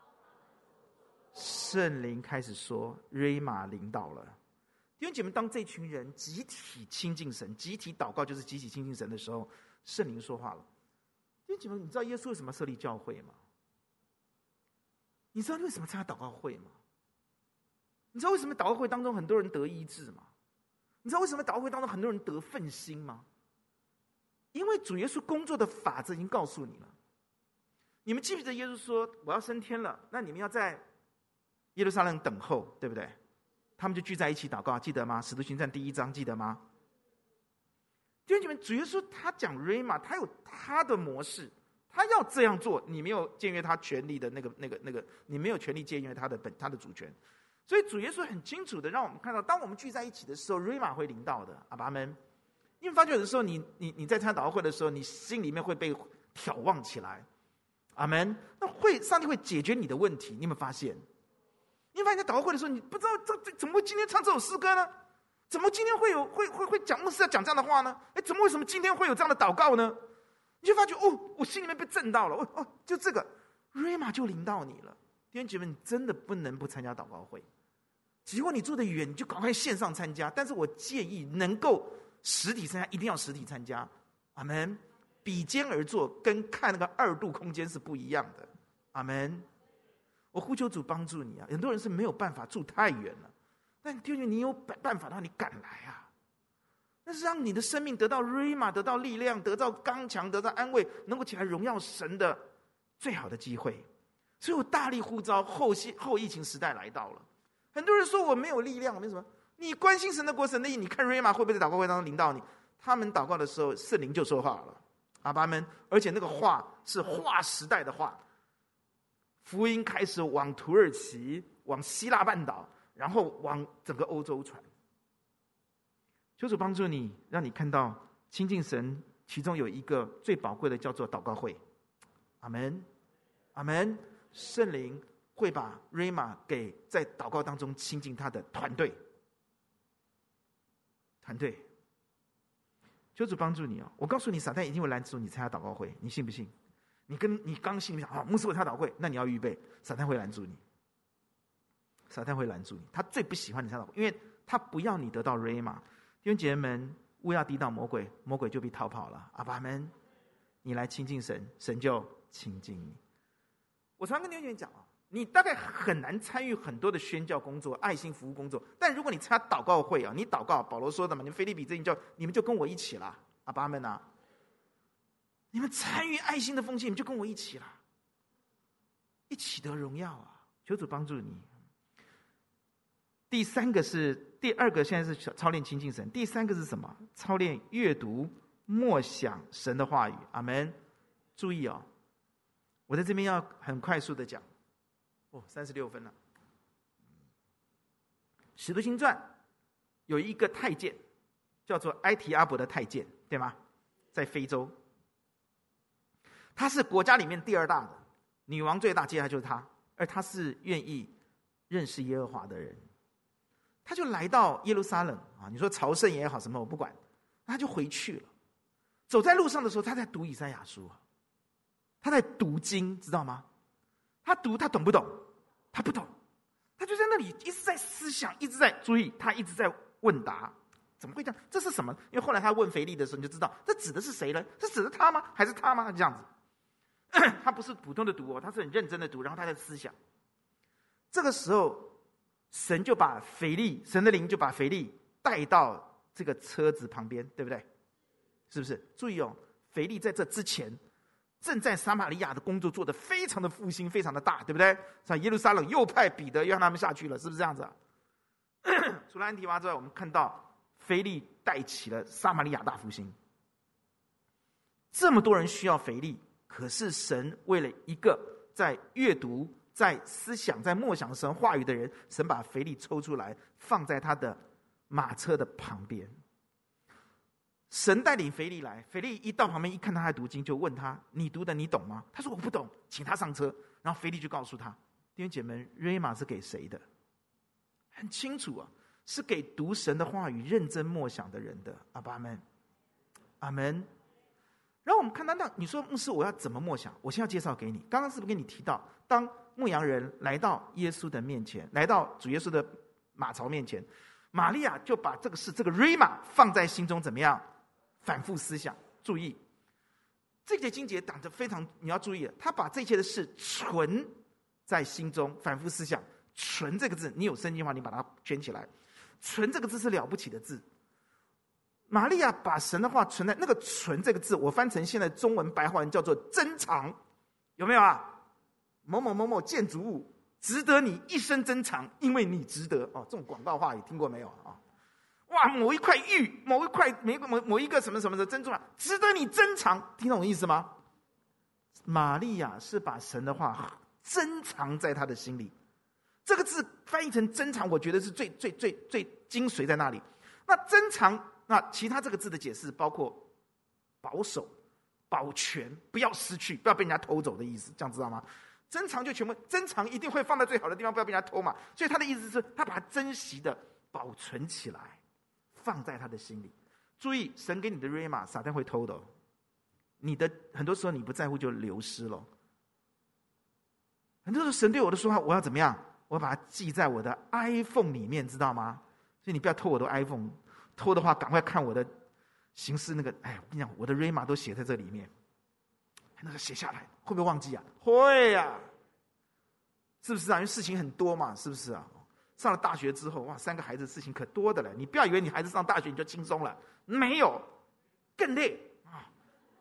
圣灵开始说，瑞玛领导了。弟兄姐妹，当这群人集体亲近神，集体祷告就是集体亲近神的时候，圣灵说话了。弟兄姐妹，你知道耶稣为什么设立教会吗？你知道为什么参加祷告会吗？你知道为什么祷告会当中很多人得医治吗？ 你知道为什么祷告会当中很多人得愤心吗？因为主耶稣工作的法则已经告诉你了。你们记不记得耶稣说我要升天了，那你们要在耶路撒冷等候，对不对？他们就聚在一起祷告，记得吗？使徒行传第一章记得吗？弟兄姐妹，主耶稣他讲 Rhema， 他有他的模式，他要这样做，你没有僭越他权力的那个、那个、那个，你没有权利僭越他的本他的主权。所以主耶稣很清楚的让我们看到，当我们聚在一起的时候 ，Rhema 会临到的。阿爸们，因为发觉有的时候你，你你你在参加祷告会的时候，你心里面会被挑旺起来。阿门。那会，上帝会解决你的问题。你有没有发现？你发现在祷告会的时候，你不知道这这怎么会今天唱这首诗歌呢？怎么今天会有会会会讲牧师要讲这样的话呢？哎，怎么为什么今天会有这样的祷告呢？你就发觉哦，我心里面被震到了。哦哦，就这个 Rhema 就临到你了。弟兄姐妹，你真的不能不参加祷告会。如果你住得远，你就赶快线上参加。但是我建议能够实体参加，一定要实体参加。阿们。比肩而坐，跟看那个二度空间是不一样的。阿们。我呼求主帮助你啊！很多人是没有办法住太远了，但弟兄姐妹，你有办法的话，你赶来啊！那是让你的生命得到 Rhema， 得到力量，得到刚强，得到安慰，能够起来荣耀神的最好的机会。所以我大力呼召后后疫情时代来到了。很多人说我没有力量，我没什么。你关心神的国、神的义，你看 Rhema 会不会在祷告会当中临到你？他们祷告的时候，圣灵就说话了。阿爸们，而且那个话是划时代的话，福音开始往土耳其、往希腊半岛，然后往整个欧洲传。求主帮助你，让你看到亲近神，其中有一个最宝贵的叫做祷告会。阿们，阿们。圣灵会把 Rhema 给在祷告当中亲近他的团队，团队。求主帮助你哦！我告诉你，撒旦一定会拦阻你参加祷告会，你信不信？你跟你刚心里想，好，牧师我参加祷告会，那你要预备，撒旦会拦阻你。撒旦会拦阻你，他最不喜欢你参加祷告会，因为他不要你得到 Rhema。弟兄姐妹们，勿要抵挡魔鬼，魔鬼就被逃跑了。阿爸们，你来亲近神，神就亲近你。我常跟弟兄姐妹讲啊，你大概很难参与很多的宣教工作、爱心服务工作，但如果你参加祷告会啊，你祷告，保罗说的嘛，你们腓立比这一教，你们就跟我一起啦，阿爸们啊，你们参与爱心的奉献，你们就跟我一起啦，一起得荣耀啊！求主帮助你。第三个是，第二个现在是操练亲近神，第三个是什么？操练阅读、默想神的话语。阿们。注意哦，我在这边要很快速的讲。哦，三十六分了。使徒行传有一个太监，叫做埃提阿伯的太监，对吗？在非洲，他是国家里面第二大的，女王最大，接下来就是他，而他是愿意认识耶和华的人。他就来到耶路撒冷啊，你说朝圣也好，什么我不管，他就回去了。走在路上的时候，他在读以赛亚书啊，他在读经，知道吗？他读，他懂不懂？他不懂，他就在那里一直在思想，一直在注意，他一直在问答。怎么会这样？这是什么？因为后来他问腓力的时候，你就知道这指的是谁呢？是指的他吗？还是他吗？这样子，他不是普通的读哦，他是很认真的读，然后他在思想。这个时候，神就把腓力，神的灵就把腓力带到这个车子旁边，对不对？是不是？注意哦，腓力在这之前正在撒玛利亚的工作做得非常的复兴，非常的大，对不对？像耶路撒冷又派彼得又让他们下去了，是不是这样子啊？除了安提阿之外，我们看到腓力带起了撒玛利亚大复兴。这么多人需要腓力，可是神为了一个在阅读、在思想、在默想神话语的人，神把腓力抽出来，放在他的马车的旁边。神带领腓力来，腓力一到旁边一看他在读经，就问他：“你读的你懂吗？”他说：“我不懂。”请他上车，然后腓力就告诉他：“弟兄姐妹，瑞玛是给谁的？很清楚啊，是给读神的话语、认真默想的人的。”阿爸们，阿门。然后我们看到那，你说牧师，我要怎么默想？我先要介绍给你。刚刚是不是跟你提到，当牧羊人来到耶稣的面前，来到主耶稣的马槽面前，玛利亚就把这个事，这个瑞玛放在心中，怎么样？反复思想，注意这节经节讲得非常，你要注意，他把这些的事存在心中，反复思想。存这个字，你有圣经的话，你把它圈起来。存这个字是了不起的字， 玛利亚把神的话存在那个存这个字，我翻成现在中文白话文叫做珍藏，有没有啊？某某某某建筑物值得你一生珍藏，因为你值得哦。这种广告话语听过没有啊？哇，某一块玉，某一块某某某一个什么什么的珍珠啊，值得你珍藏，听懂我意思吗？玛利亚是把神的话珍藏在她的心里，这个字翻译成珍藏，我觉得是最最最最精髓在那里。那珍藏，那其他这个字的解释包括保守、保全，不要失去，不要被人家偷走的意思，这样知道吗？珍藏就全部珍藏，一定会放在最好的地方，不要被人家偷嘛。所以他的意思是，他把它珍惜的保存起来，放在他的心里。注意，神给你的 Rhema， 撒旦会偷的、哦。你的很多时候你不在乎就流失了。很多时候神对我的说话，我要怎么样？我要把它记在我的 iPhone 里面，知道吗？所以你不要偷我的 iPhone， 偷的话赶快看我的行事那个。哎，我跟你讲，我的 Rhema 都写在这里面，那个写下来会不会忘记啊？会啊，是不是啊？因为事情很多嘛，是不是啊？上了大学之后，哇，三个孩子事情可多的了。你不要以为你孩子上大学你就轻松了，没有，更累啊！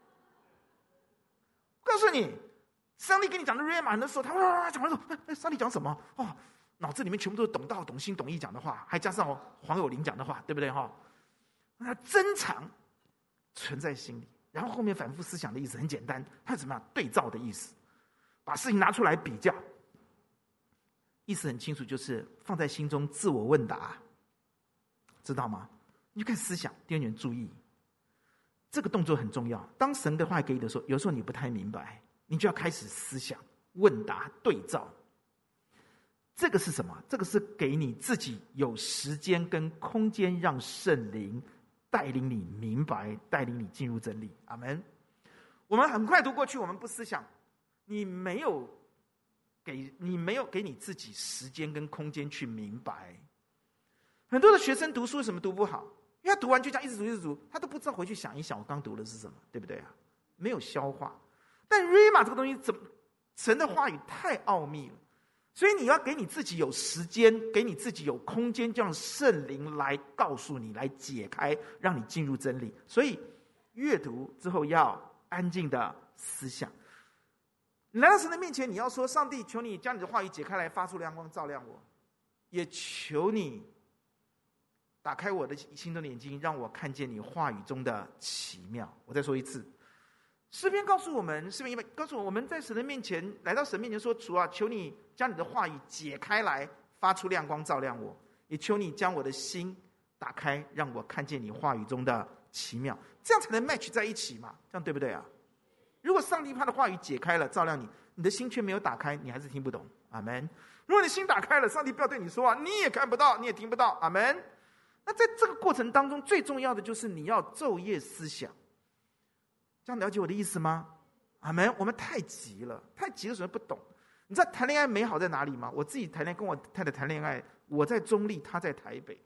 告诉你，上帝跟你讲的 Rhema 的时候，他哇讲完说，哎，上帝讲什么？哦，脑子里面全部都是懂道、懂心、懂义讲的话，还加上黄友玲讲的话，对不对哈？那珍藏存在心里，然后后面反复思想的意思很简单，它是什么样？对照的意思，把事情拿出来比较。意思很清楚，就是放在心中自我问答，知道吗？你就看思想。弟兄们注意，这个动作很重要。当神的话给你的时候，有时候你不太明白，你就要开始思想、问答、对照。这个是什么？这个是给你自己有时间跟空间，让圣灵带领你明白，带领你进入真理。阿们。我们很快读过去，我们不思想，你没有给你没有给你自己时间跟空间去明白。很多的学生读书为什么读不好？因为他读完就这样一直读一直读，他都不知道回去想一想我刚读的是什么，对不对啊？没有消化。但 Rhema 这个东西，怎么神的话语太奥秘了，所以你要给你自己有时间，给你自己有空间，就让圣灵来告诉你，来解开，让你进入真理。所以阅读之后要安静的思想。你来到神的面前，你要说：上帝，求你将你的话语解开来，发出亮光照亮我，也求你打开我的心中的眼睛，让我看见你话语中的奇妙。我再说一次，诗篇告诉我们，诗篇一百告诉我们，我们在神的面前，来到神面前说：主啊，求你将你的话语解开来，发出亮光照亮我，也求你将我的心打开，让我看见你话语中的奇妙，这样才能 match 在一起嘛，这样对不对啊？如果上帝他的话语解开了照亮你，你的心却没有打开，你还是听不懂。阿们。如果你心打开了，上帝不要对你说话，你也看不到，你也听不到。阿们。那在这个过程当中，最重要的就是你要昼夜思想。这样了解我的意思吗？阿们。我们太急了，太急的时候不懂。你知道谈恋爱美好在哪里吗？我自己谈恋爱，跟我太太谈恋爱，我在中立，她在台北，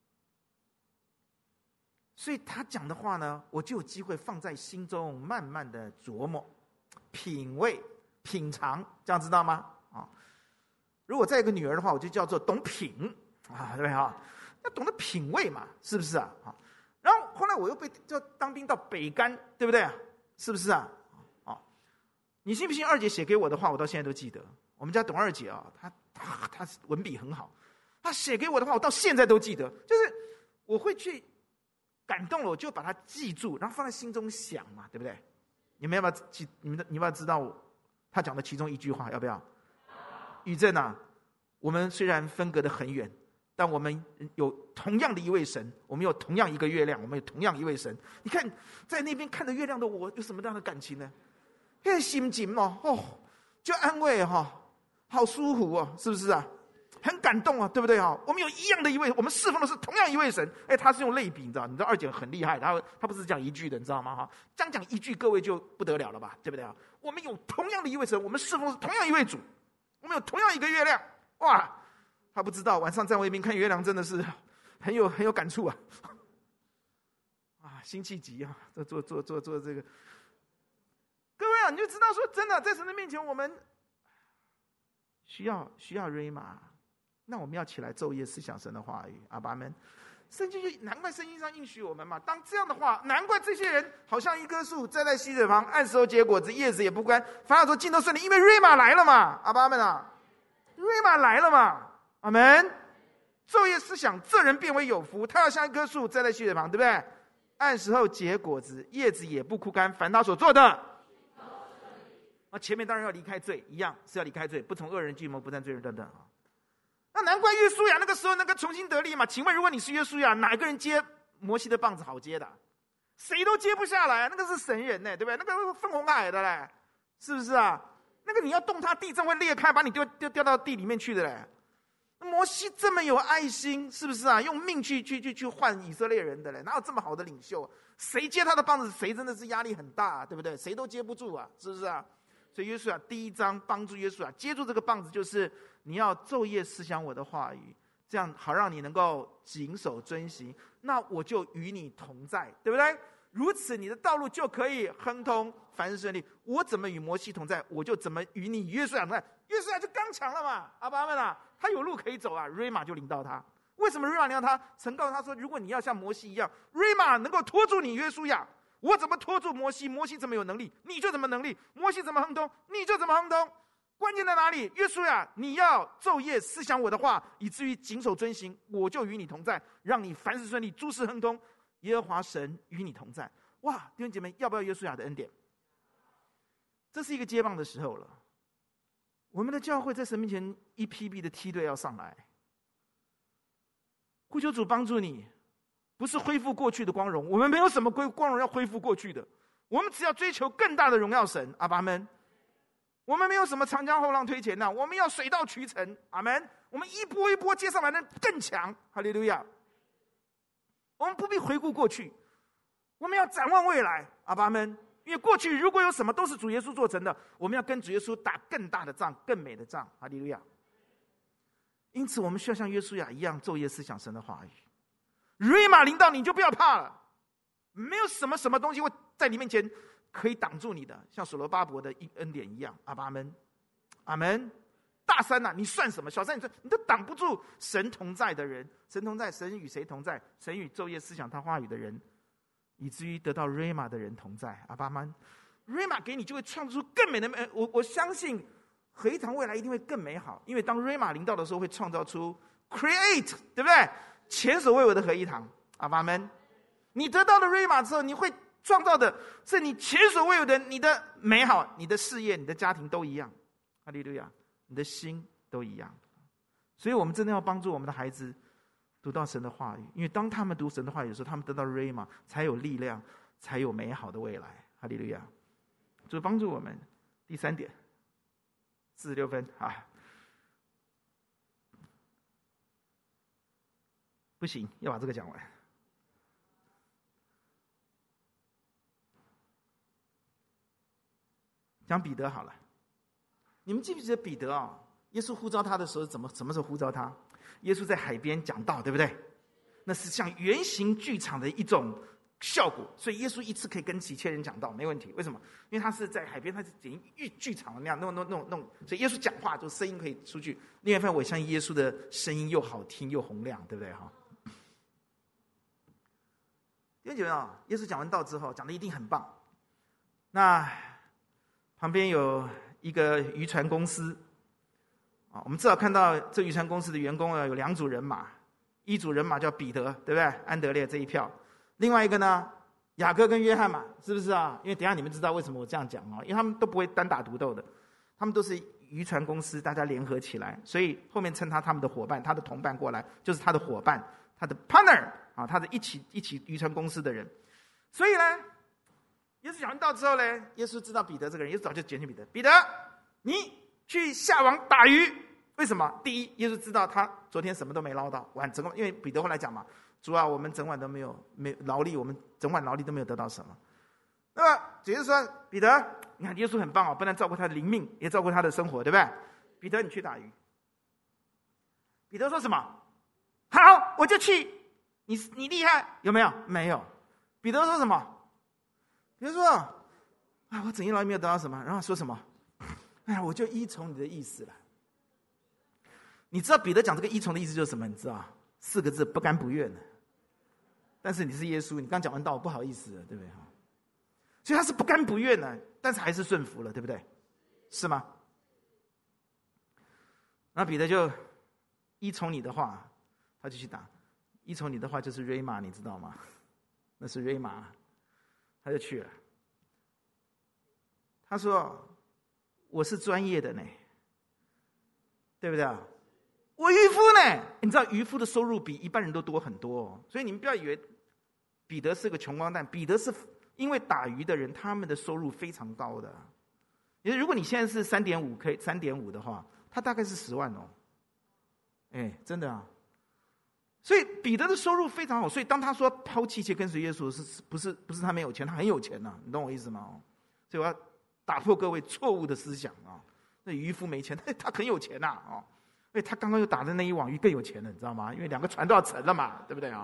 所以他讲的话呢，我就有机会放在心中，慢慢的琢磨、品味、品尝，这样知道吗？啊，如果再有一个女儿的话，我就叫做懂品啊，对不对啊？要懂得品味嘛，是不是啊？啊，然后后来我又被叫当兵到北干，对不对啊？是不是啊？啊，你信不信？二姐写给我的话，我到现在都记得。我们家董二姐啊，她她她文笔很好，她写给我的话，我到现在都记得。就是我会去。感动了，我就把它记住，然后放在心中想嘛，对不对？你们要不要记？你们你们要知道他讲的其中一句话，要不要？宇正啊，我们虽然分隔得很远，但我们有同样的一位神，我们有同样一个月亮，我们有同样一位神。你看，在那边看着月亮的我，有什么样的感情呢？那心情哦，哦，就安慰哈、哦，好舒服哦，是不是啊？很感动啊，对不对啊？我们有一样的一位，我们侍奉的是同样一位神。哎，他是用类比，你知道？你知道二姐很厉害，他他不是讲一句的，你知道吗？哈，这样讲一句，各位就不得了了吧，对不对啊？我们有同样的一位神，我们侍奉的是同样一位主，我们有同样一个月亮，哇！他不知道晚上在外面看月亮，真的是很有很有感触啊！啊，辛弃疾啊，做做做做做这个，各位啊，你就知道说，真的在神的面前，我们需要需要 Rhema。那我们要起来昼夜思想神的话语，阿爸们。 圣经就难怪圣经上应许我们嘛。当这样的话，难怪这些人好像一棵树栽在溪水旁，按时候结果子，叶子也不干，反而说尽都顺利，因为瑞玛来了嘛。阿爸们啊，瑞玛来了嘛。阿门。昼夜思想，这人变为有福。他要像一棵树栽在溪水旁，对不对？按时候结果子，叶子也不枯干，凡他所做的。那前面当然要离开罪，一样是要离开罪，不从恶人计谋，不占罪人等等啊。那难怪约书亚那个时候能够重新得力嘛。请问如果你是约书亚，哪个人接摩西的棒子好接的？谁都接不下来，那个是神人呢，对不对？那个分红海的嘞，是不是啊？那个你要动它，地震会裂开，把你丢丢掉到地里面去的嘞。摩西这么有爱心，是不是啊？用命去去去去换以色列人的嘞，哪有这么好的领袖？谁接他的棒子，谁真的是压力很大、啊，对不对？谁都接不住啊，是不是啊？所以约书亚第一章帮助约书亚接住这个棒子，就是你要昼夜思想我的话语，这样好让你能够谨守遵行，那我就与你同在，对不对？如此你的道路就可以亨通，凡事顺利。我怎么与摩西同在，我就怎么与你约书亚同在。约书亚就刚强了嘛，阿爸们啊，他有路可以走啊，瑞玛就领到他。为什么瑞玛领到他？神告诉他说，如果你要像摩西一样，瑞玛能够拖住你约书亚，我怎么拖住摩西？摩西怎么有能力，你就怎么能力；摩西怎么亨通，你就怎么亨通。关键在哪里？约书亚，你要昼夜思想我的话，以至于谨守遵行，我就与你同在，让你凡事顺利，诸事亨通。耶和华神与你同在。哇，弟兄姐妹，要不要约书亚的恩典？这是一个接棒的时候了。我们的教会在神面前一批批的梯队要上来，呼求主帮助你，不是恢复过去的光荣，我们没有什么光荣要恢复过去的，我们只要追求更大的荣耀神。阿爸们，我们没有什么长江后浪推前浪，我们要水到渠成。阿们，我们一波一波接上来的更强。哈利路亚。我们不必回顾过去，我们要展望未来。阿爸们，因为过去如果有什么都是主耶稣做成的，我们要跟主耶稣打更大的仗，更美的仗。哈利路亚。因此我们需要像约书亚一样昼夜思想神的话语。瑞玛临到你就不要怕了，没有什么什么东西会在你面前可以挡住你的，像所罗巴伯的恩典一样。阿爸们，阿门。大山啊，你算什么？小山你算，你都挡不住神同在的人。神同在，神与谁同在？神与昼夜思想他话语的人，以至于得到瑞玛的人同在。阿爸们，瑞玛给你就会创造出更美的美。我我相信合一堂未来一定会更美好，因为当瑞玛临到的时候，会创造出 create， 对不对？前所未有的合一堂。阿爸们，你得到了瑞玛之后，你会创造的是你前所未有的你的美好，你的事业、你的家庭都一样。哈利路亚。你的心都一样。所以我们真的要帮助我们的孩子读到神的话语，因为当他们读神的话语的时候，他们得到瑞玛，才有力量，才有美好的未来。哈利路亚。主帮助我们。第三点，四十六分啊，不行，要把这个讲完。讲彼得好了。你们记不记得彼得啊？耶稣呼召他的时候，怎么什么时候呼召他？耶稣在海边讲道，对不对？那是像圆形剧场的一种效果，所以耶稣一次可以跟几千人讲道，没问题。为什么？因为他是在海边，他是演剧场的那样，弄弄弄弄，所以耶稣讲话就声音可以出去。另外一方面，我相信耶稣的声音又好听又洪亮，对不对？哈。弟兄姐妹啊，耶稣讲完道之后，讲的一定很棒。那旁边有一个渔船公司啊，我们至少看到这渔船公司的员工啊，有两组人马，一组人马叫彼得，对不对？安德烈这一票，另外一个呢，雅各跟约翰嘛，是不是啊？因为等一下你们知道为什么我这样讲啊？因为他们都不会单打独斗的，他们都是渔船公司，大家联合起来，所以后面称他他们的伙伴，他的同伴过来就是他的伙伴，他的 partner 啊，他的一起一起渔船公司的人。所以呢，耶稣讲完道之后呢，耶稣知道彼得这个人，耶稣早就拣选彼得，彼得，你去下网打鱼。为什么？第一，耶稣知道他昨天什么都没捞到，晚整个，因为彼得后来讲嘛，主啊，我们整晚都没有没劳力，我们整晚劳力都没有得到什么。那么耶稣说，彼得，你看耶稣很棒哦，不但照顾他的灵命，也照顾他的生活，对不对？彼得，你去打鱼。彼得说什么？好，我就去。你你厉害有没有？没有。彼得说什么？彼得说啊，我整夜劳力没有得到什么，然后说什么？哎，我就依从你的意思了。你知道彼得讲这个依从的意思就是什么？你知道？四个字：不甘不愿的。 但是你是耶稣，你刚讲完道，不好意思了，对不对？所以他是不甘不愿的，但是还是顺服了，对不对？是吗？那彼得就依从你的话，他就去打。依从你的话就是瑞玛，你知道吗？那是瑞玛，他就去了。他说：“我是专业的呢，对不对？我渔夫呢，你知道渔夫的收入比一般人都多很多哦，所以你们不要以为彼得是个穷光蛋，彼得是因为打鱼的人，他们的收入非常高的。如果你现在是三点五 K、三点五的话，他大概是十万哦。哎，真的啊。所以彼得的收入非常好，所以当他说抛弃一切跟随耶稣，是不是不是他没有钱，他很有钱呐、啊，你懂我意思吗？所以我要打破各位错误的思想啊！那渔夫没钱，他很有钱呐啊！哦，哎，他刚刚又打的那一网鱼更有钱了，你知道吗？因为两个船都要沉了嘛，对不对啊？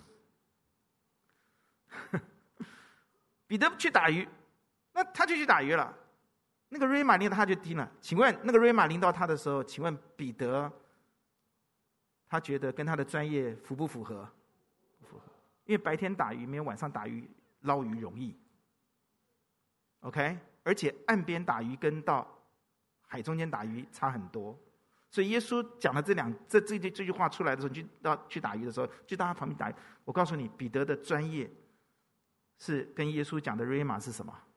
彼得去打鱼，那他就去打鱼了。那个瑞玛领他就听了。请问那个瑞玛领到他的时候，请问彼得，他觉得跟他的专业符不符合？不符合，因为白天打鱼没有晚上打鱼捞鱼容易。OK， 而且岸边打鱼跟到海中间打鱼差很多，所以耶稣讲了这两这这这这句话出来的时候，你去到去打鱼的时候，就到他旁边打鱼。我告诉你，彼得的专业是跟耶稣讲的瑞玛是什么？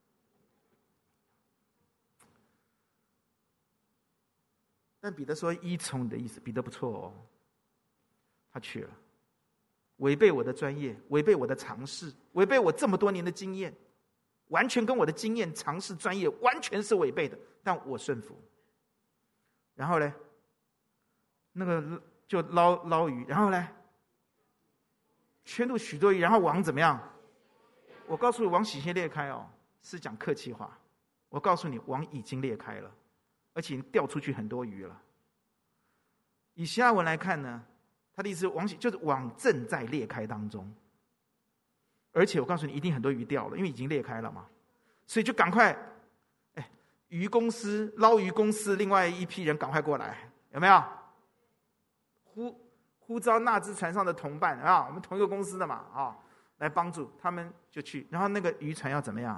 但彼得说依从你的意思，彼得不错哦，他去了，违背我的专业，违背我的常识，违背我这么多年的经验，完全跟我的经验、常识、专业完全是违背的，但我顺服。然后呢，那个就捞捞鱼，然后呢，圈住许多鱼，然后网怎么样？我告诉你，网险些裂开哦，是讲客气话。我告诉你，网已经裂开了。而且掉出去很多鱼了。以希腊文来看呢，他的意思网就是网正在裂开当中，而且我告诉你，一定很多鱼掉了，因为已经裂开了嘛，所以就赶快，哎，鱼公司捞鱼公司另外一批人赶快过来，有没有？呼呼召那只船上的同伴啊，我们同一个公司的嘛啊，来帮助他们就去，然后那个渔船要怎么样？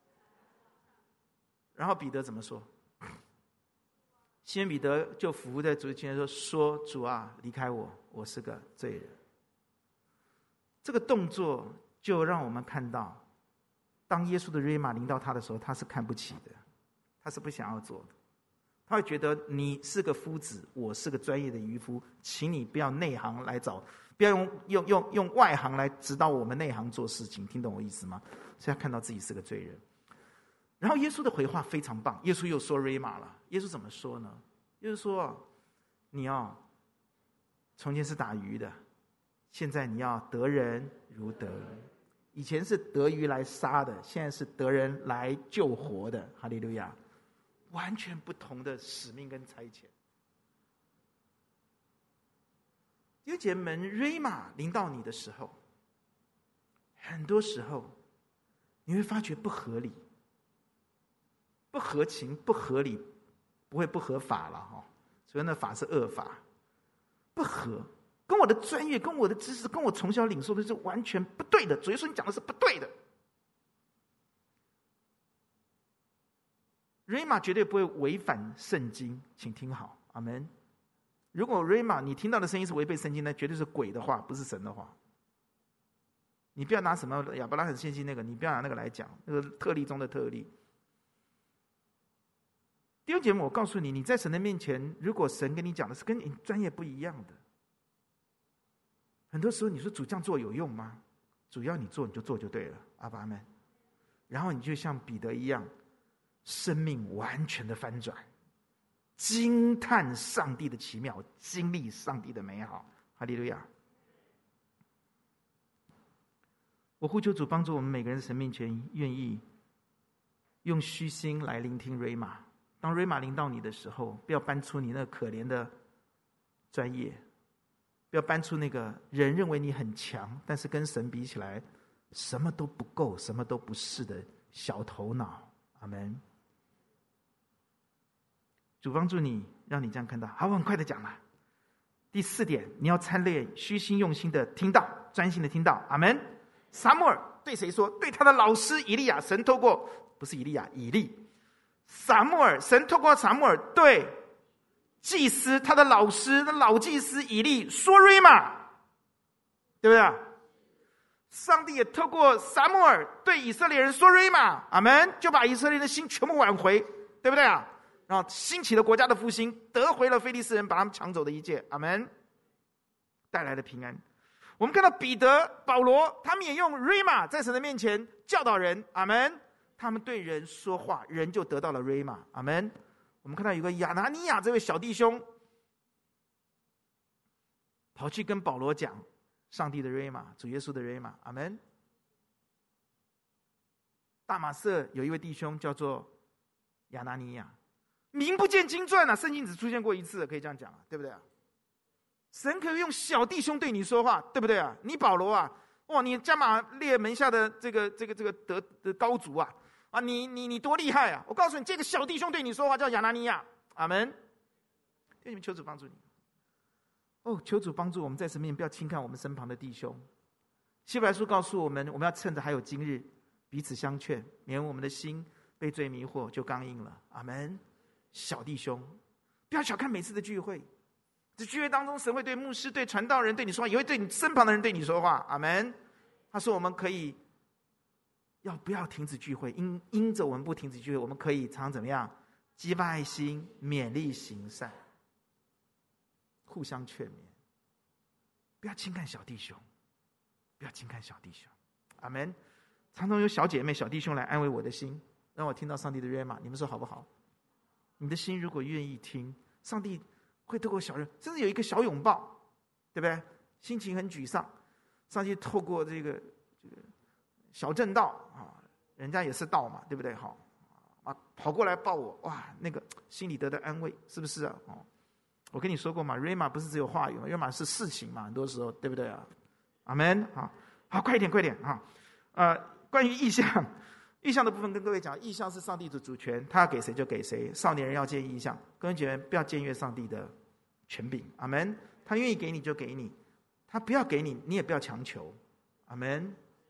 然后彼得怎么说？西门彼得就伏在主前说：“说主啊，离开我，我是个罪人。”这个动作就让我们看到，当耶稣的瑞玛临到他的时候，他是看不起的，他是不想要做的，他会觉得你是个夫子，我是个专业的渔夫，请你不要内行来找，不要用用用用外行来指导我们内行做事情，听懂我意思吗？所以他看到自己是个罪人。然后耶稣的回话非常棒，耶稣又说瑞玛了。耶稣怎么说呢？耶稣说：“你哦，从前是打鱼的，现在你要得人如得鱼。以前是得鱼来杀的，现在是得人来救活的。哈利路亚！完全不同的使命跟差遣。弟兄姐妹们，瑞玛临到你的时候，很多时候你会发觉不合理。不合情、不合理，不会不合法了哈。所以那法是恶法，不合，跟我的专业、跟我的知识、跟我从小领受的是完全不对的。主耶稣你讲的是不对的。瑞玛绝对不会违反圣经，请听好，阿们。如果瑞玛你听到的声音是违背圣经，那绝对是鬼的话，不是神的话。你不要拿什么亚伯拉罕献祭那个，你不要拿那个来讲，那个特例中的特例。弟兄姐妹，我告诉你，你在神的面前，如果神跟你讲的是跟你专业不一样的，很多时候你说主这样做有用吗？主要你做你就做就对了，阿爸阿们。然后你就像彼得一样，生命完全的翻转，惊叹上帝的奇妙，经历上帝的美好。哈利路亚！我呼求主帮助我们每个人在神面前，愿意用虚心来聆听瑞玛。当瑞玛临到你的时候，不要搬出你那可怜的专业，不要搬出那个人认为你很强，但是跟神比起来什么都不够、什么都不是的小头脑。阿们。主帮助你，让你这样看到。好，我很快的讲了。第四点，你要参列，虚心用心的听到， 专心的听到。阿们。撒母耳对谁说？对他的老师以利亚。神透过不是以利亚，以利。撒母耳，神透过撒母耳对祭司他的老师，那老祭司以利说瑞玛，对不对？上帝也透过撒母耳对以色列人说瑞玛，阿们，就把以色列人的心全部挽回，对不对啊？然后兴起了国家的复兴，得回了非利士人把他们抢走的一切，阿们，带来了平安。我们看到彼得、保罗，他们也用瑞玛在神的面前教导人，阿们。他们对人说话，人就得到了瑞玛，阿们。我们看到有个亚拿尼亚这位小弟兄，跑去跟保罗讲上帝的瑞玛，主耶稣的瑞玛，阿们。大马色有一位弟兄叫做亚拿尼亚，名不见经传啊，圣经只出现过一次，可以这样讲啊，对不对啊？神可以用小弟兄对你说话，对不对啊？你保罗啊，哇，你加马列门下的这个这个这个得的高足啊，啊，你你你多厉害啊！我告诉你，这个小弟兄对你说话叫亚拿尼亚，阿们。愿你们求主帮助你。哦，求主帮助我们在神面前不要轻看我们身旁的弟兄。希伯来书告诉我们，我们要趁着还有今日，彼此相劝，免我们的心被罪迷惑，就刚硬了。阿们。小弟兄，不要小看每次的聚会。在聚会当中，神会对牧师、对传道人对你说话，也会对你身旁的人对你说话。阿们。他说我们可以要不要停止聚会，因因着我们不停止聚会，我们可以常怎么样？激发爱心，勉励行善，互相劝勉。不要轻看小弟兄，不要轻看小弟兄。阿们。常常有小姐妹、小弟兄来安慰我的心，让我听到上帝的约码。你们说好不好？你的心如果愿意听，上帝会透过小人，甚至有一个小拥抱，对不对？心情很沮丧，上帝透过这个这个小正道啊，人家也是道嘛，对不对？好啊，跑过来抱我，哇，那个心里得到安慰，是不是啊？哦，我跟你说过嘛，瑞玛不是只有话语嘛，瑞玛是事情嘛，很多时候，对不对啊？阿们。好，好，快一点，快一点啊！呃，关于意象。意象的部分跟各位讲，意象是上帝的主权，他要给谁就给谁。少年人要见意象，各位姐妹不要僭越上帝的权柄。阿们。他愿意给你就给你，他不要给你，你也不要强求。阿们。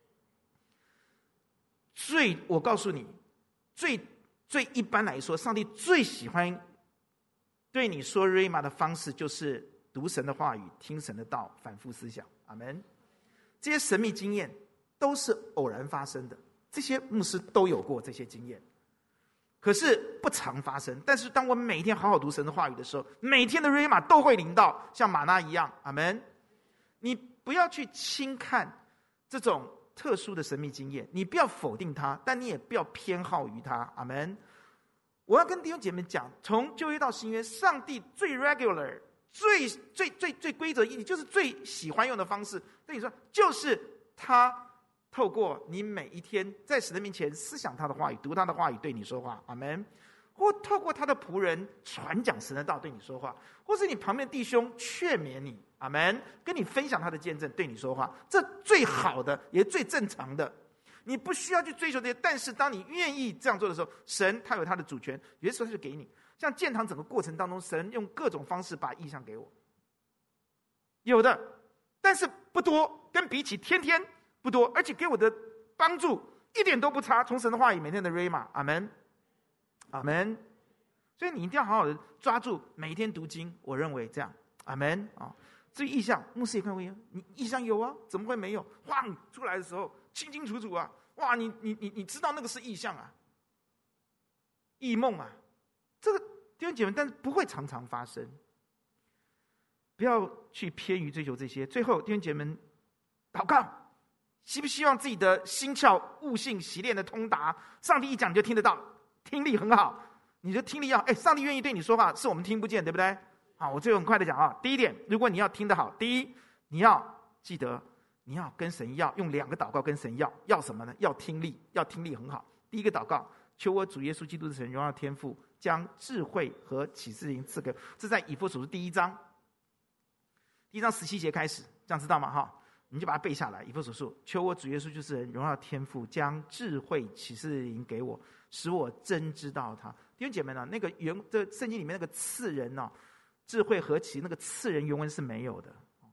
最我告诉你，最最一般来说，上帝最喜欢对你说瑞玛的方式，就是读神的话语，听神的道，反复思想。阿们。这些神秘经验都是偶然发生的。这些牧师都有过这些经验，可是不常发生。但是当我们每天好好读神的话语的时候，每天的瑞玛都会临到，像玛纳一样。阿们。你不要去轻看这种特殊的神秘经验，你不要否定它，但你也不要偏好于它。阿们。我要跟弟兄姐妹讲，从旧约到新约，上帝最 regular、最最最最规则一，就是最喜欢用的方式，对你说，就是他透过你每一天在神的面前思想他的话语，读他的话语对你说话。阿们。或透过他的仆人传讲神的道对你说话，或是你旁边的弟兄劝勉你。阿们。跟你分享他的见证对你说话，这最好的也最正常的。你不需要去追求这些，但是当你愿意这样做的时候，神他有他的主权，有些时候他就给你。像建堂整个过程当中，神用各种方式把意象给我，有的，但是不多，跟比起天天不多，而且给我的帮助一点都不差。从神的话语每天的瑞玛。阿们。阿们。所以你一定要好好的抓住每一天读经，我认为这样。阿们。啊，至于意象，牧师也看过呀，你意象有啊，怎么会没有？晃出来的时候清清楚楚啊，哇，你你你你知道那个是意象啊，异梦啊，这个弟兄姐妹，但是不会常常发生。不要去偏于追求这些。最后，弟兄姐妹们，祷告，希不希望自己的心窍悟性习练的通达？上帝一讲你就听得到，听力很好，你就听力要，哎，上帝愿意对你说话，是我们听不见，对不对？好，我最后很快的讲啊。第一点，如果你要听得好，第一，你要记得，你要跟神要，用两个祷告跟神要，要什么呢？要听力，要听力很好。第一个祷告，求我主耶稣基督的神荣耀天父，将智慧和启示灵赐给我。这在以弗所书第一章，第一章十七节开始，这样知道吗？哈，你就把它背下来。以弗所书，求我主耶稣就是人荣耀天父，将智慧启示灵给我，使我真知道他。弟兄姐妹呢，那个原这圣经里面那个赐人呢、哦，智慧和启那个赐人原文是没有的。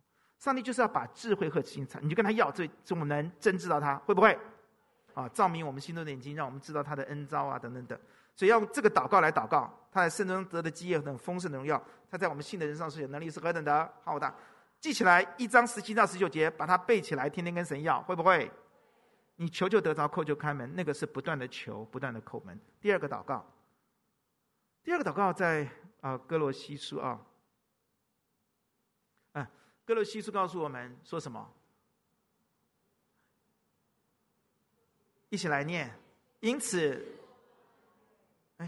上帝就是要把智慧和心察，你就跟他要，这这我们能真知道他，会不会？啊，照明我们心中的眼睛，让我们知道他的恩召啊，等等等。所以要用这个祷告来祷告，他在圣中得的基业和丰盛的荣耀，他在我们信的人上所有能力是何等的浩大。记起来一章十七到十九节，把它背起来，天天跟神要，会不会？你求就得着，叩就开门，那个是不断的求，不断的叩门。第二个祷告，第二个祷告在啊哥罗西书啊，啊哥罗西书告诉我们说什么？一起来念。因此，哎，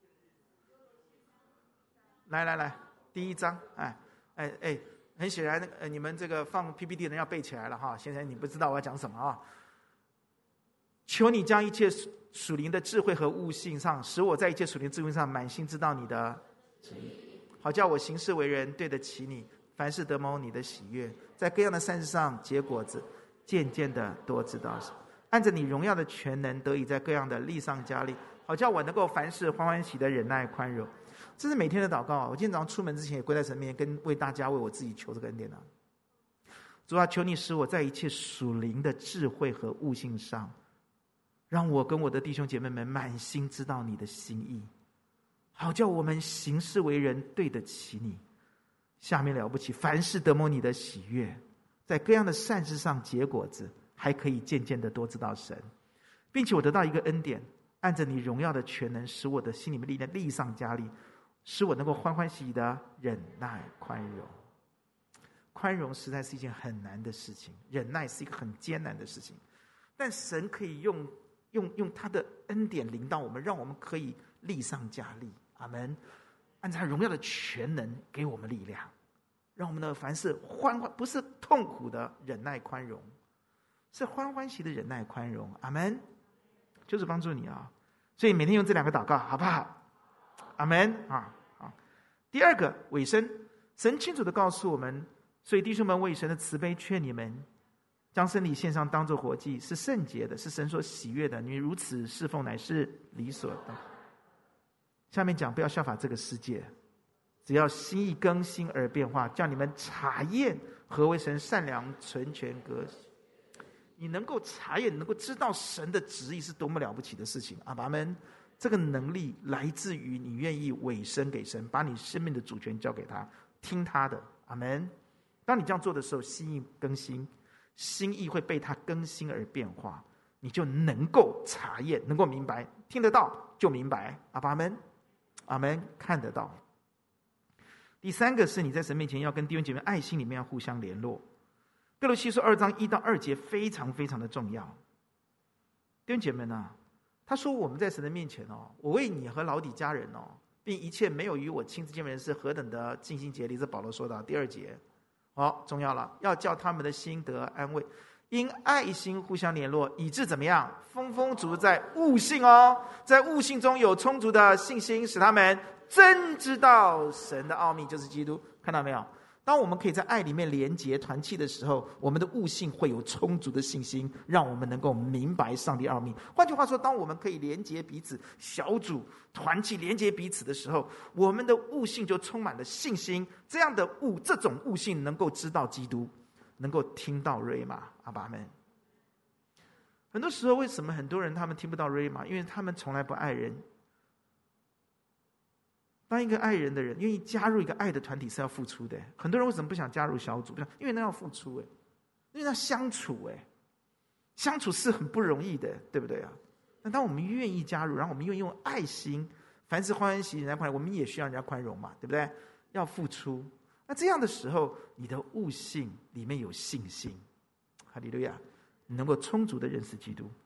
来来来，第一章，哎哎哎，很显然，呃，你们这个放 P P T 的人要背起来了哈。现在你不知道我要讲什么啊？求你将一切属灵的智慧和悟性上，使我在一切属灵智慧上满心知道你的旨意，好叫我行事为人对得起你，凡事得蒙你的喜悦，在各样的善事上结果子，渐渐的多知道神。按着你荣耀的全能，得以在各样的力上加力，好叫我能够凡事欢欢喜的忍耐宽容。这是每天的祷告啊！我今天早上出门之前也跪在神面前，跟为大家为我自己求这个恩典啊。主啊，求你使我在一切属灵的智慧和悟性上，让我跟我的弟兄姐妹们满心知道你的心意，好叫我们行事为人对得起你。下面了不起，凡事得蒙你的喜悦，在各样的善事上结果子，还可以渐渐的多知道神，并且我得到一个恩典，按着你荣耀的全能，使我的心里面力量力上加力，使我能够欢欢喜喜的忍耐宽容。宽容实在是一件很难的事情，忍耐是一个很艰难的事情，但神可以用用用他的恩典领导我们，让我们可以力上加力。阿们。按照他荣耀的全能给我们力量，让我们的凡事欢欢，不是痛苦的忍耐宽容，是欢欢喜的忍耐宽容。阿们。就是帮助你啊，所以每天用这两个祷告，好不好？阿们啊！好。第二个尾声，神清楚的告诉我们，所以弟兄们，为神的慈悲劝你们，将身体献上，当作活祭，是圣洁的，是神所喜悦的。你如此侍奉，乃是理所当然。下面讲，不要效法这个世界，只要心意更新而变化，叫你们查验何为神善良、纯全、可喜。你能够查验，能够知道神的旨意是多么了不起的事情。阿爸们，这个能力来自于你愿意委身给神，把你生命的主权交给他，听他的。阿们。当你这样做的时候，心意更新，心意会被他更新而变化，你就能够查验，能够明白，听得到就明白。阿爸们，阿们，看得到。第三个是你在神面前要跟弟兄姐妹爱心里面要互相联络。哥罗西书二章一到二节非常非常的重要。弟兄姐妹啊，他说我们在神的面前哦，我为你和老底家人哦，并一切没有与我亲自见面的人是何等的尽心竭力。这保罗说的第二节，好、哦、重要了，要叫他们的心得安慰，因爱心互相联络，以致怎么样？丰丰足足在悟性哦，在悟性中有充足的信心，使他们真知道神的奥秘，就是基督。看到没有？当我们可以在爱里面连结团契的时候，我们的悟性会有充足的信心，让我们能够明白上帝奥秘。换句话说，当我们可以连结彼此，小组团契连结彼此的时候，我们的悟性就充满了信心。这样的悟，这种悟性能够知道基督，能够听到瑞玛。阿爸们。很多时候，为什么很多人他们听不到瑞玛？因为他们从来不爱人。当一个爱人的人愿意加入一个爱的团体是要付出的。很多人为什么不想加入小组？因为那要付出，因为那相处，相处是很不容易的，对不对啊？但当我们愿意加入，然后我们愿意用爱心，凡事欢欢喜喜人家宽容，我们也需要人家宽容嘛，对不对？要付出。那这样的时候，你的悟性里面有信心，哈利路亚，你能够充足的认识基督。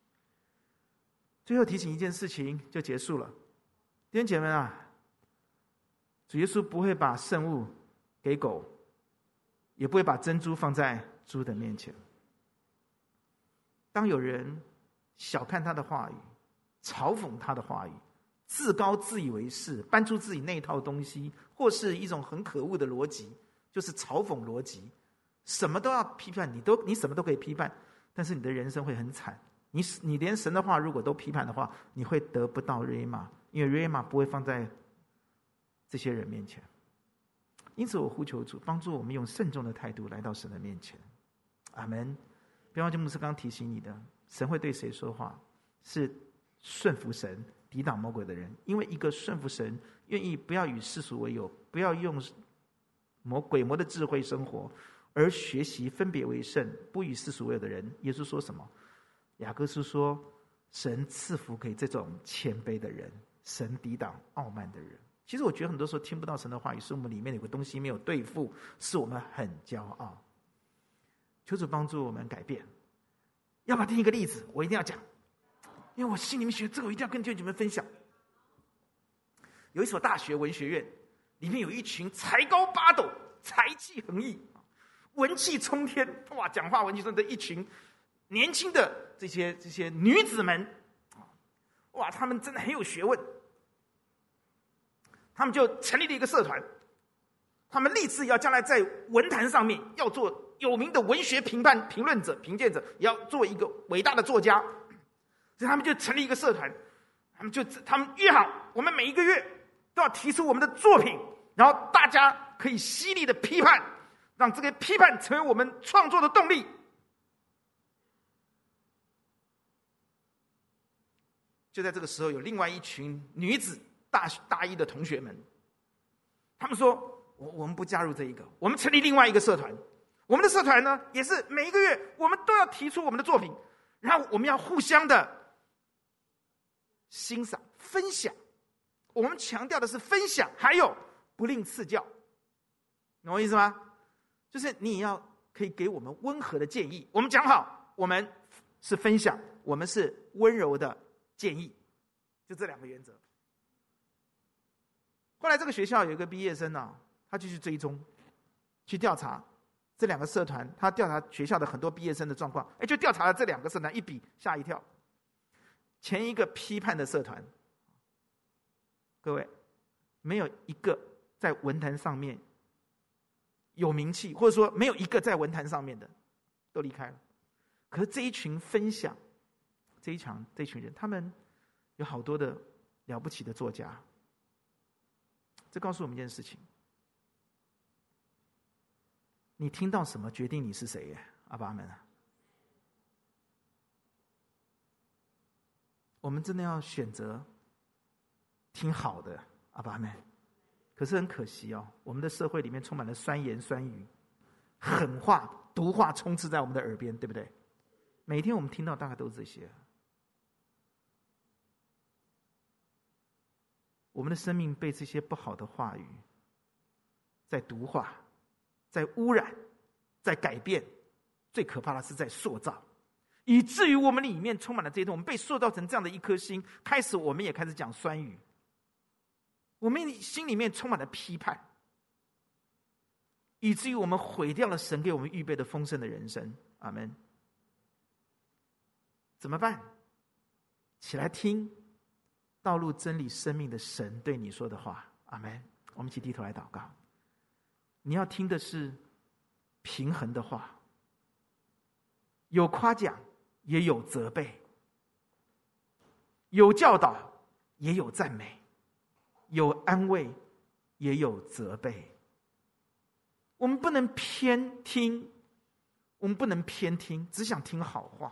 最后提醒一件事情就结束了，弟兄姐妹啊，主耶稣不会把圣物给狗，也不会把珍珠放在猪的面前。当有人小看他的话语，嘲讽他的话语，自高自以为是，搬出自己那一套东西，或是一种很可恶的逻辑，就是嘲讽逻辑，什么都要批判，你都你什么都可以批判，但是你的人生会很惨。你你连神的话如果都批判的话，你会得不到瑞玛，因为瑞玛不会放在这些人面前。 因此我呼求主帮助我们用慎重的态度来到神的面前。阿们。不要忘记牧师刚刚提醒你的，神会对谁说话，是顺服神抵挡魔鬼的人。因为一个顺服神，愿意不要与世俗为友，不要用魔鬼魔的智慧生活，而学习分别为圣，不与世俗为友的人，耶稣说什么？雅各书说，神赐福给这种谦卑的人，神抵挡傲慢的人。其实我觉得很多时候听不到神的话语，是我们里面有个东西没有对付，是我们很骄傲。求主帮助我们改变。要不要听一个例子？我一定要讲，因为我心里面学这个，我一定要跟弟兄姐妹分享。有一所大学文学院，里面有一群才高八斗、才气横溢、文气冲天，哇，讲话文气冲天的一群年轻的这些这些女子们，哇，她们真的很有学问。他们就成立了一个社团，他们立志要将来在文坛上面要做有名的文学评判评论者、评鉴者，也要做一个伟大的作家。所以他们就成立一个社团，他们就他们约好，我们每一个月都要提出我们的作品，然后大家可以犀利的批判，让这个批判成为我们创作的动力。就在这个时候，有另外一群女子大大一的同学们，他们说：“我我们不加入这一个，我们成立另外一个社团。我们的社团呢，也是每一个月我们都要提出我们的作品，然后我们要互相的欣赏、分享。我们强调的是分享，还有不吝赐教，懂我意思吗？就是你也要可以给我们温和的建议。我们讲好，我们是分享，我们是温柔的建议，就这两个原则。”后来这个学校有一个毕业生啊，他就去追踪、去调查这两个社团，他调查学校的很多毕业生的状况，哎，就调查了这两个社团，一比吓一跳。前一个批判的社团，各位没有一个在文坛上面有名气，或者说没有一个在文坛上面的都离开了。可是这一群分享，这一场这一群人，他们有好多的了不起的作家。这告诉我们一件事情：你听到什么，决定你是谁耶。阿爸们啊，我们真的要选择听好的，阿爸们。可是很可惜哦，我们的社会里面充满了酸言酸语、狠话、毒话，充斥在我们的耳边，对不对？每天我们听到大概都是这些。我们的生命被这些不好的话语在毒化、在污染、在改变，最可怕的是在塑造，以至于我们里面充满了这些东西，我们被塑造成这样的一颗心，开始我们也开始讲酸语，我们心里面充满了批判，以至于我们毁掉了神给我们预备的丰盛的人生。阿们。怎么办？起来听道路真理生命的神对你说的话。阿们。我们一起低头来祷告。你要听的是平衡的话，有夸奖也有责备，有教导也有赞美，有安慰也有责备。我们不能偏听，我们不能偏听，只想听好话。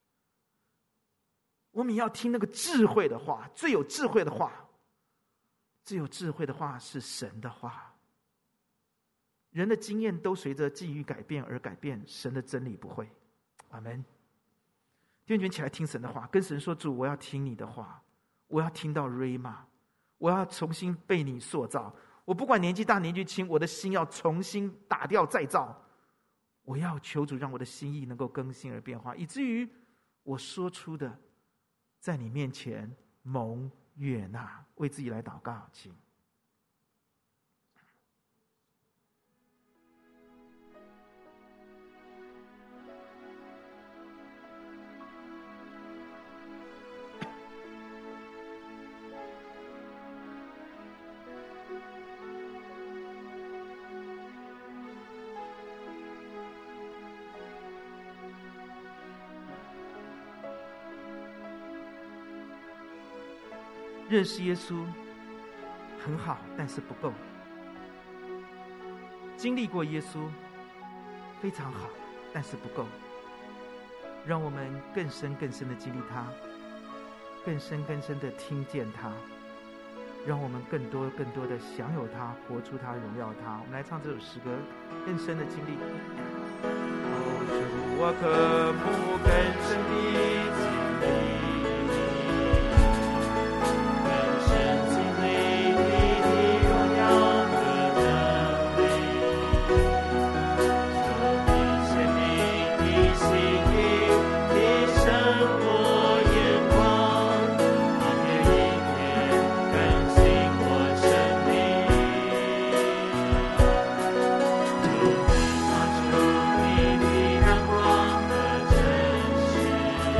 我们也要听那个智慧的话，最有智慧的话，最有智慧的话是神的话。人的经验都随着际遇改变而改变，神的真理不会。阿们。弟兄姐妹起来听神的话，跟神说：主，我要听你的话，我要听到瑞玛，我要重新被你塑造。我不管年纪大年纪轻，我的心要重新打掉再造。我要求主让我的心意能够更新而变化，以至于我说出的在你面前蒙悦纳。为自己来祷告，请。认识耶稣很好，但是不够。 经历过耶稣非常好，但是不够，让我们更深更深的经历他，更深更深的听见他，让我们更多更多的享有他，活出他，荣耀他。我们来唱这首诗歌，更深的经历。哦，主，我渴慕更深的经历，更深经历你的荣耀和能力，求你显明你心意的生活眼光，一天一天更新我生命。求你发出你的阳光和真实，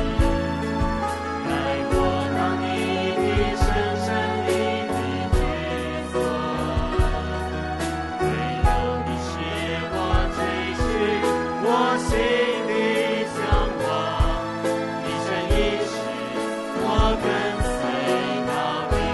带我到你的深深里的居所，唯有你是我追寻，我心里向往，一生一世我跟随到底，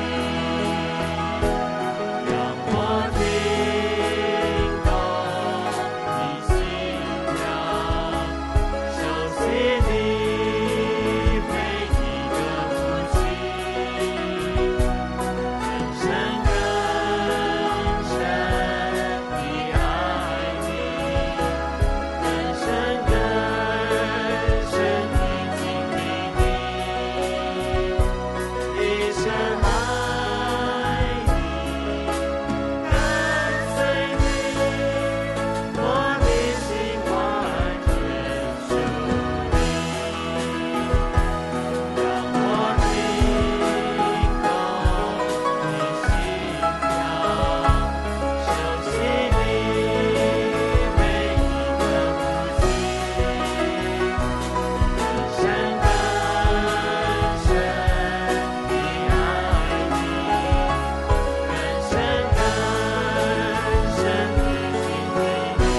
让我听懂你心跳，熟悉你每一个呼吸，更深更深的爱你，更深更深的经历你，一生爱你，跟随你，我的心完全属你，让我听懂你心跳，熟悉你每一个呼吸，更深更深的爱你，更深更深的经历你，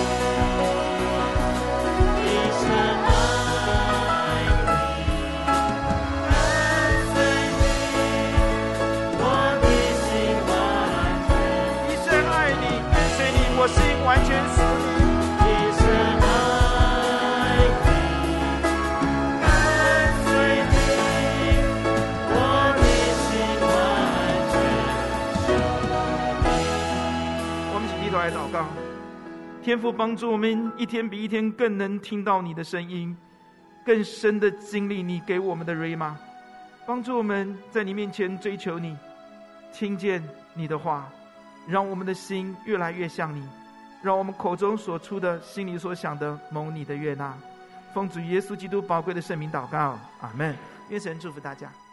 一生爱你，跟随你，我的心完全，一生爱你，跟随你，我心完全属你，一生爱你，跟随你，我的心完全属你。我们一起低头来祷告。天父，帮助我们一天比一天更能听到你的声音，更深的经历你给我们的瑞玛，帮助我们在你面前追求你，听见你的话，让我们的心越来越像你，让我们口中所出的，心里所想的蒙你的悦纳。奉主耶稣基督宝贵的圣名祷告，阿们。愿神祝福大家。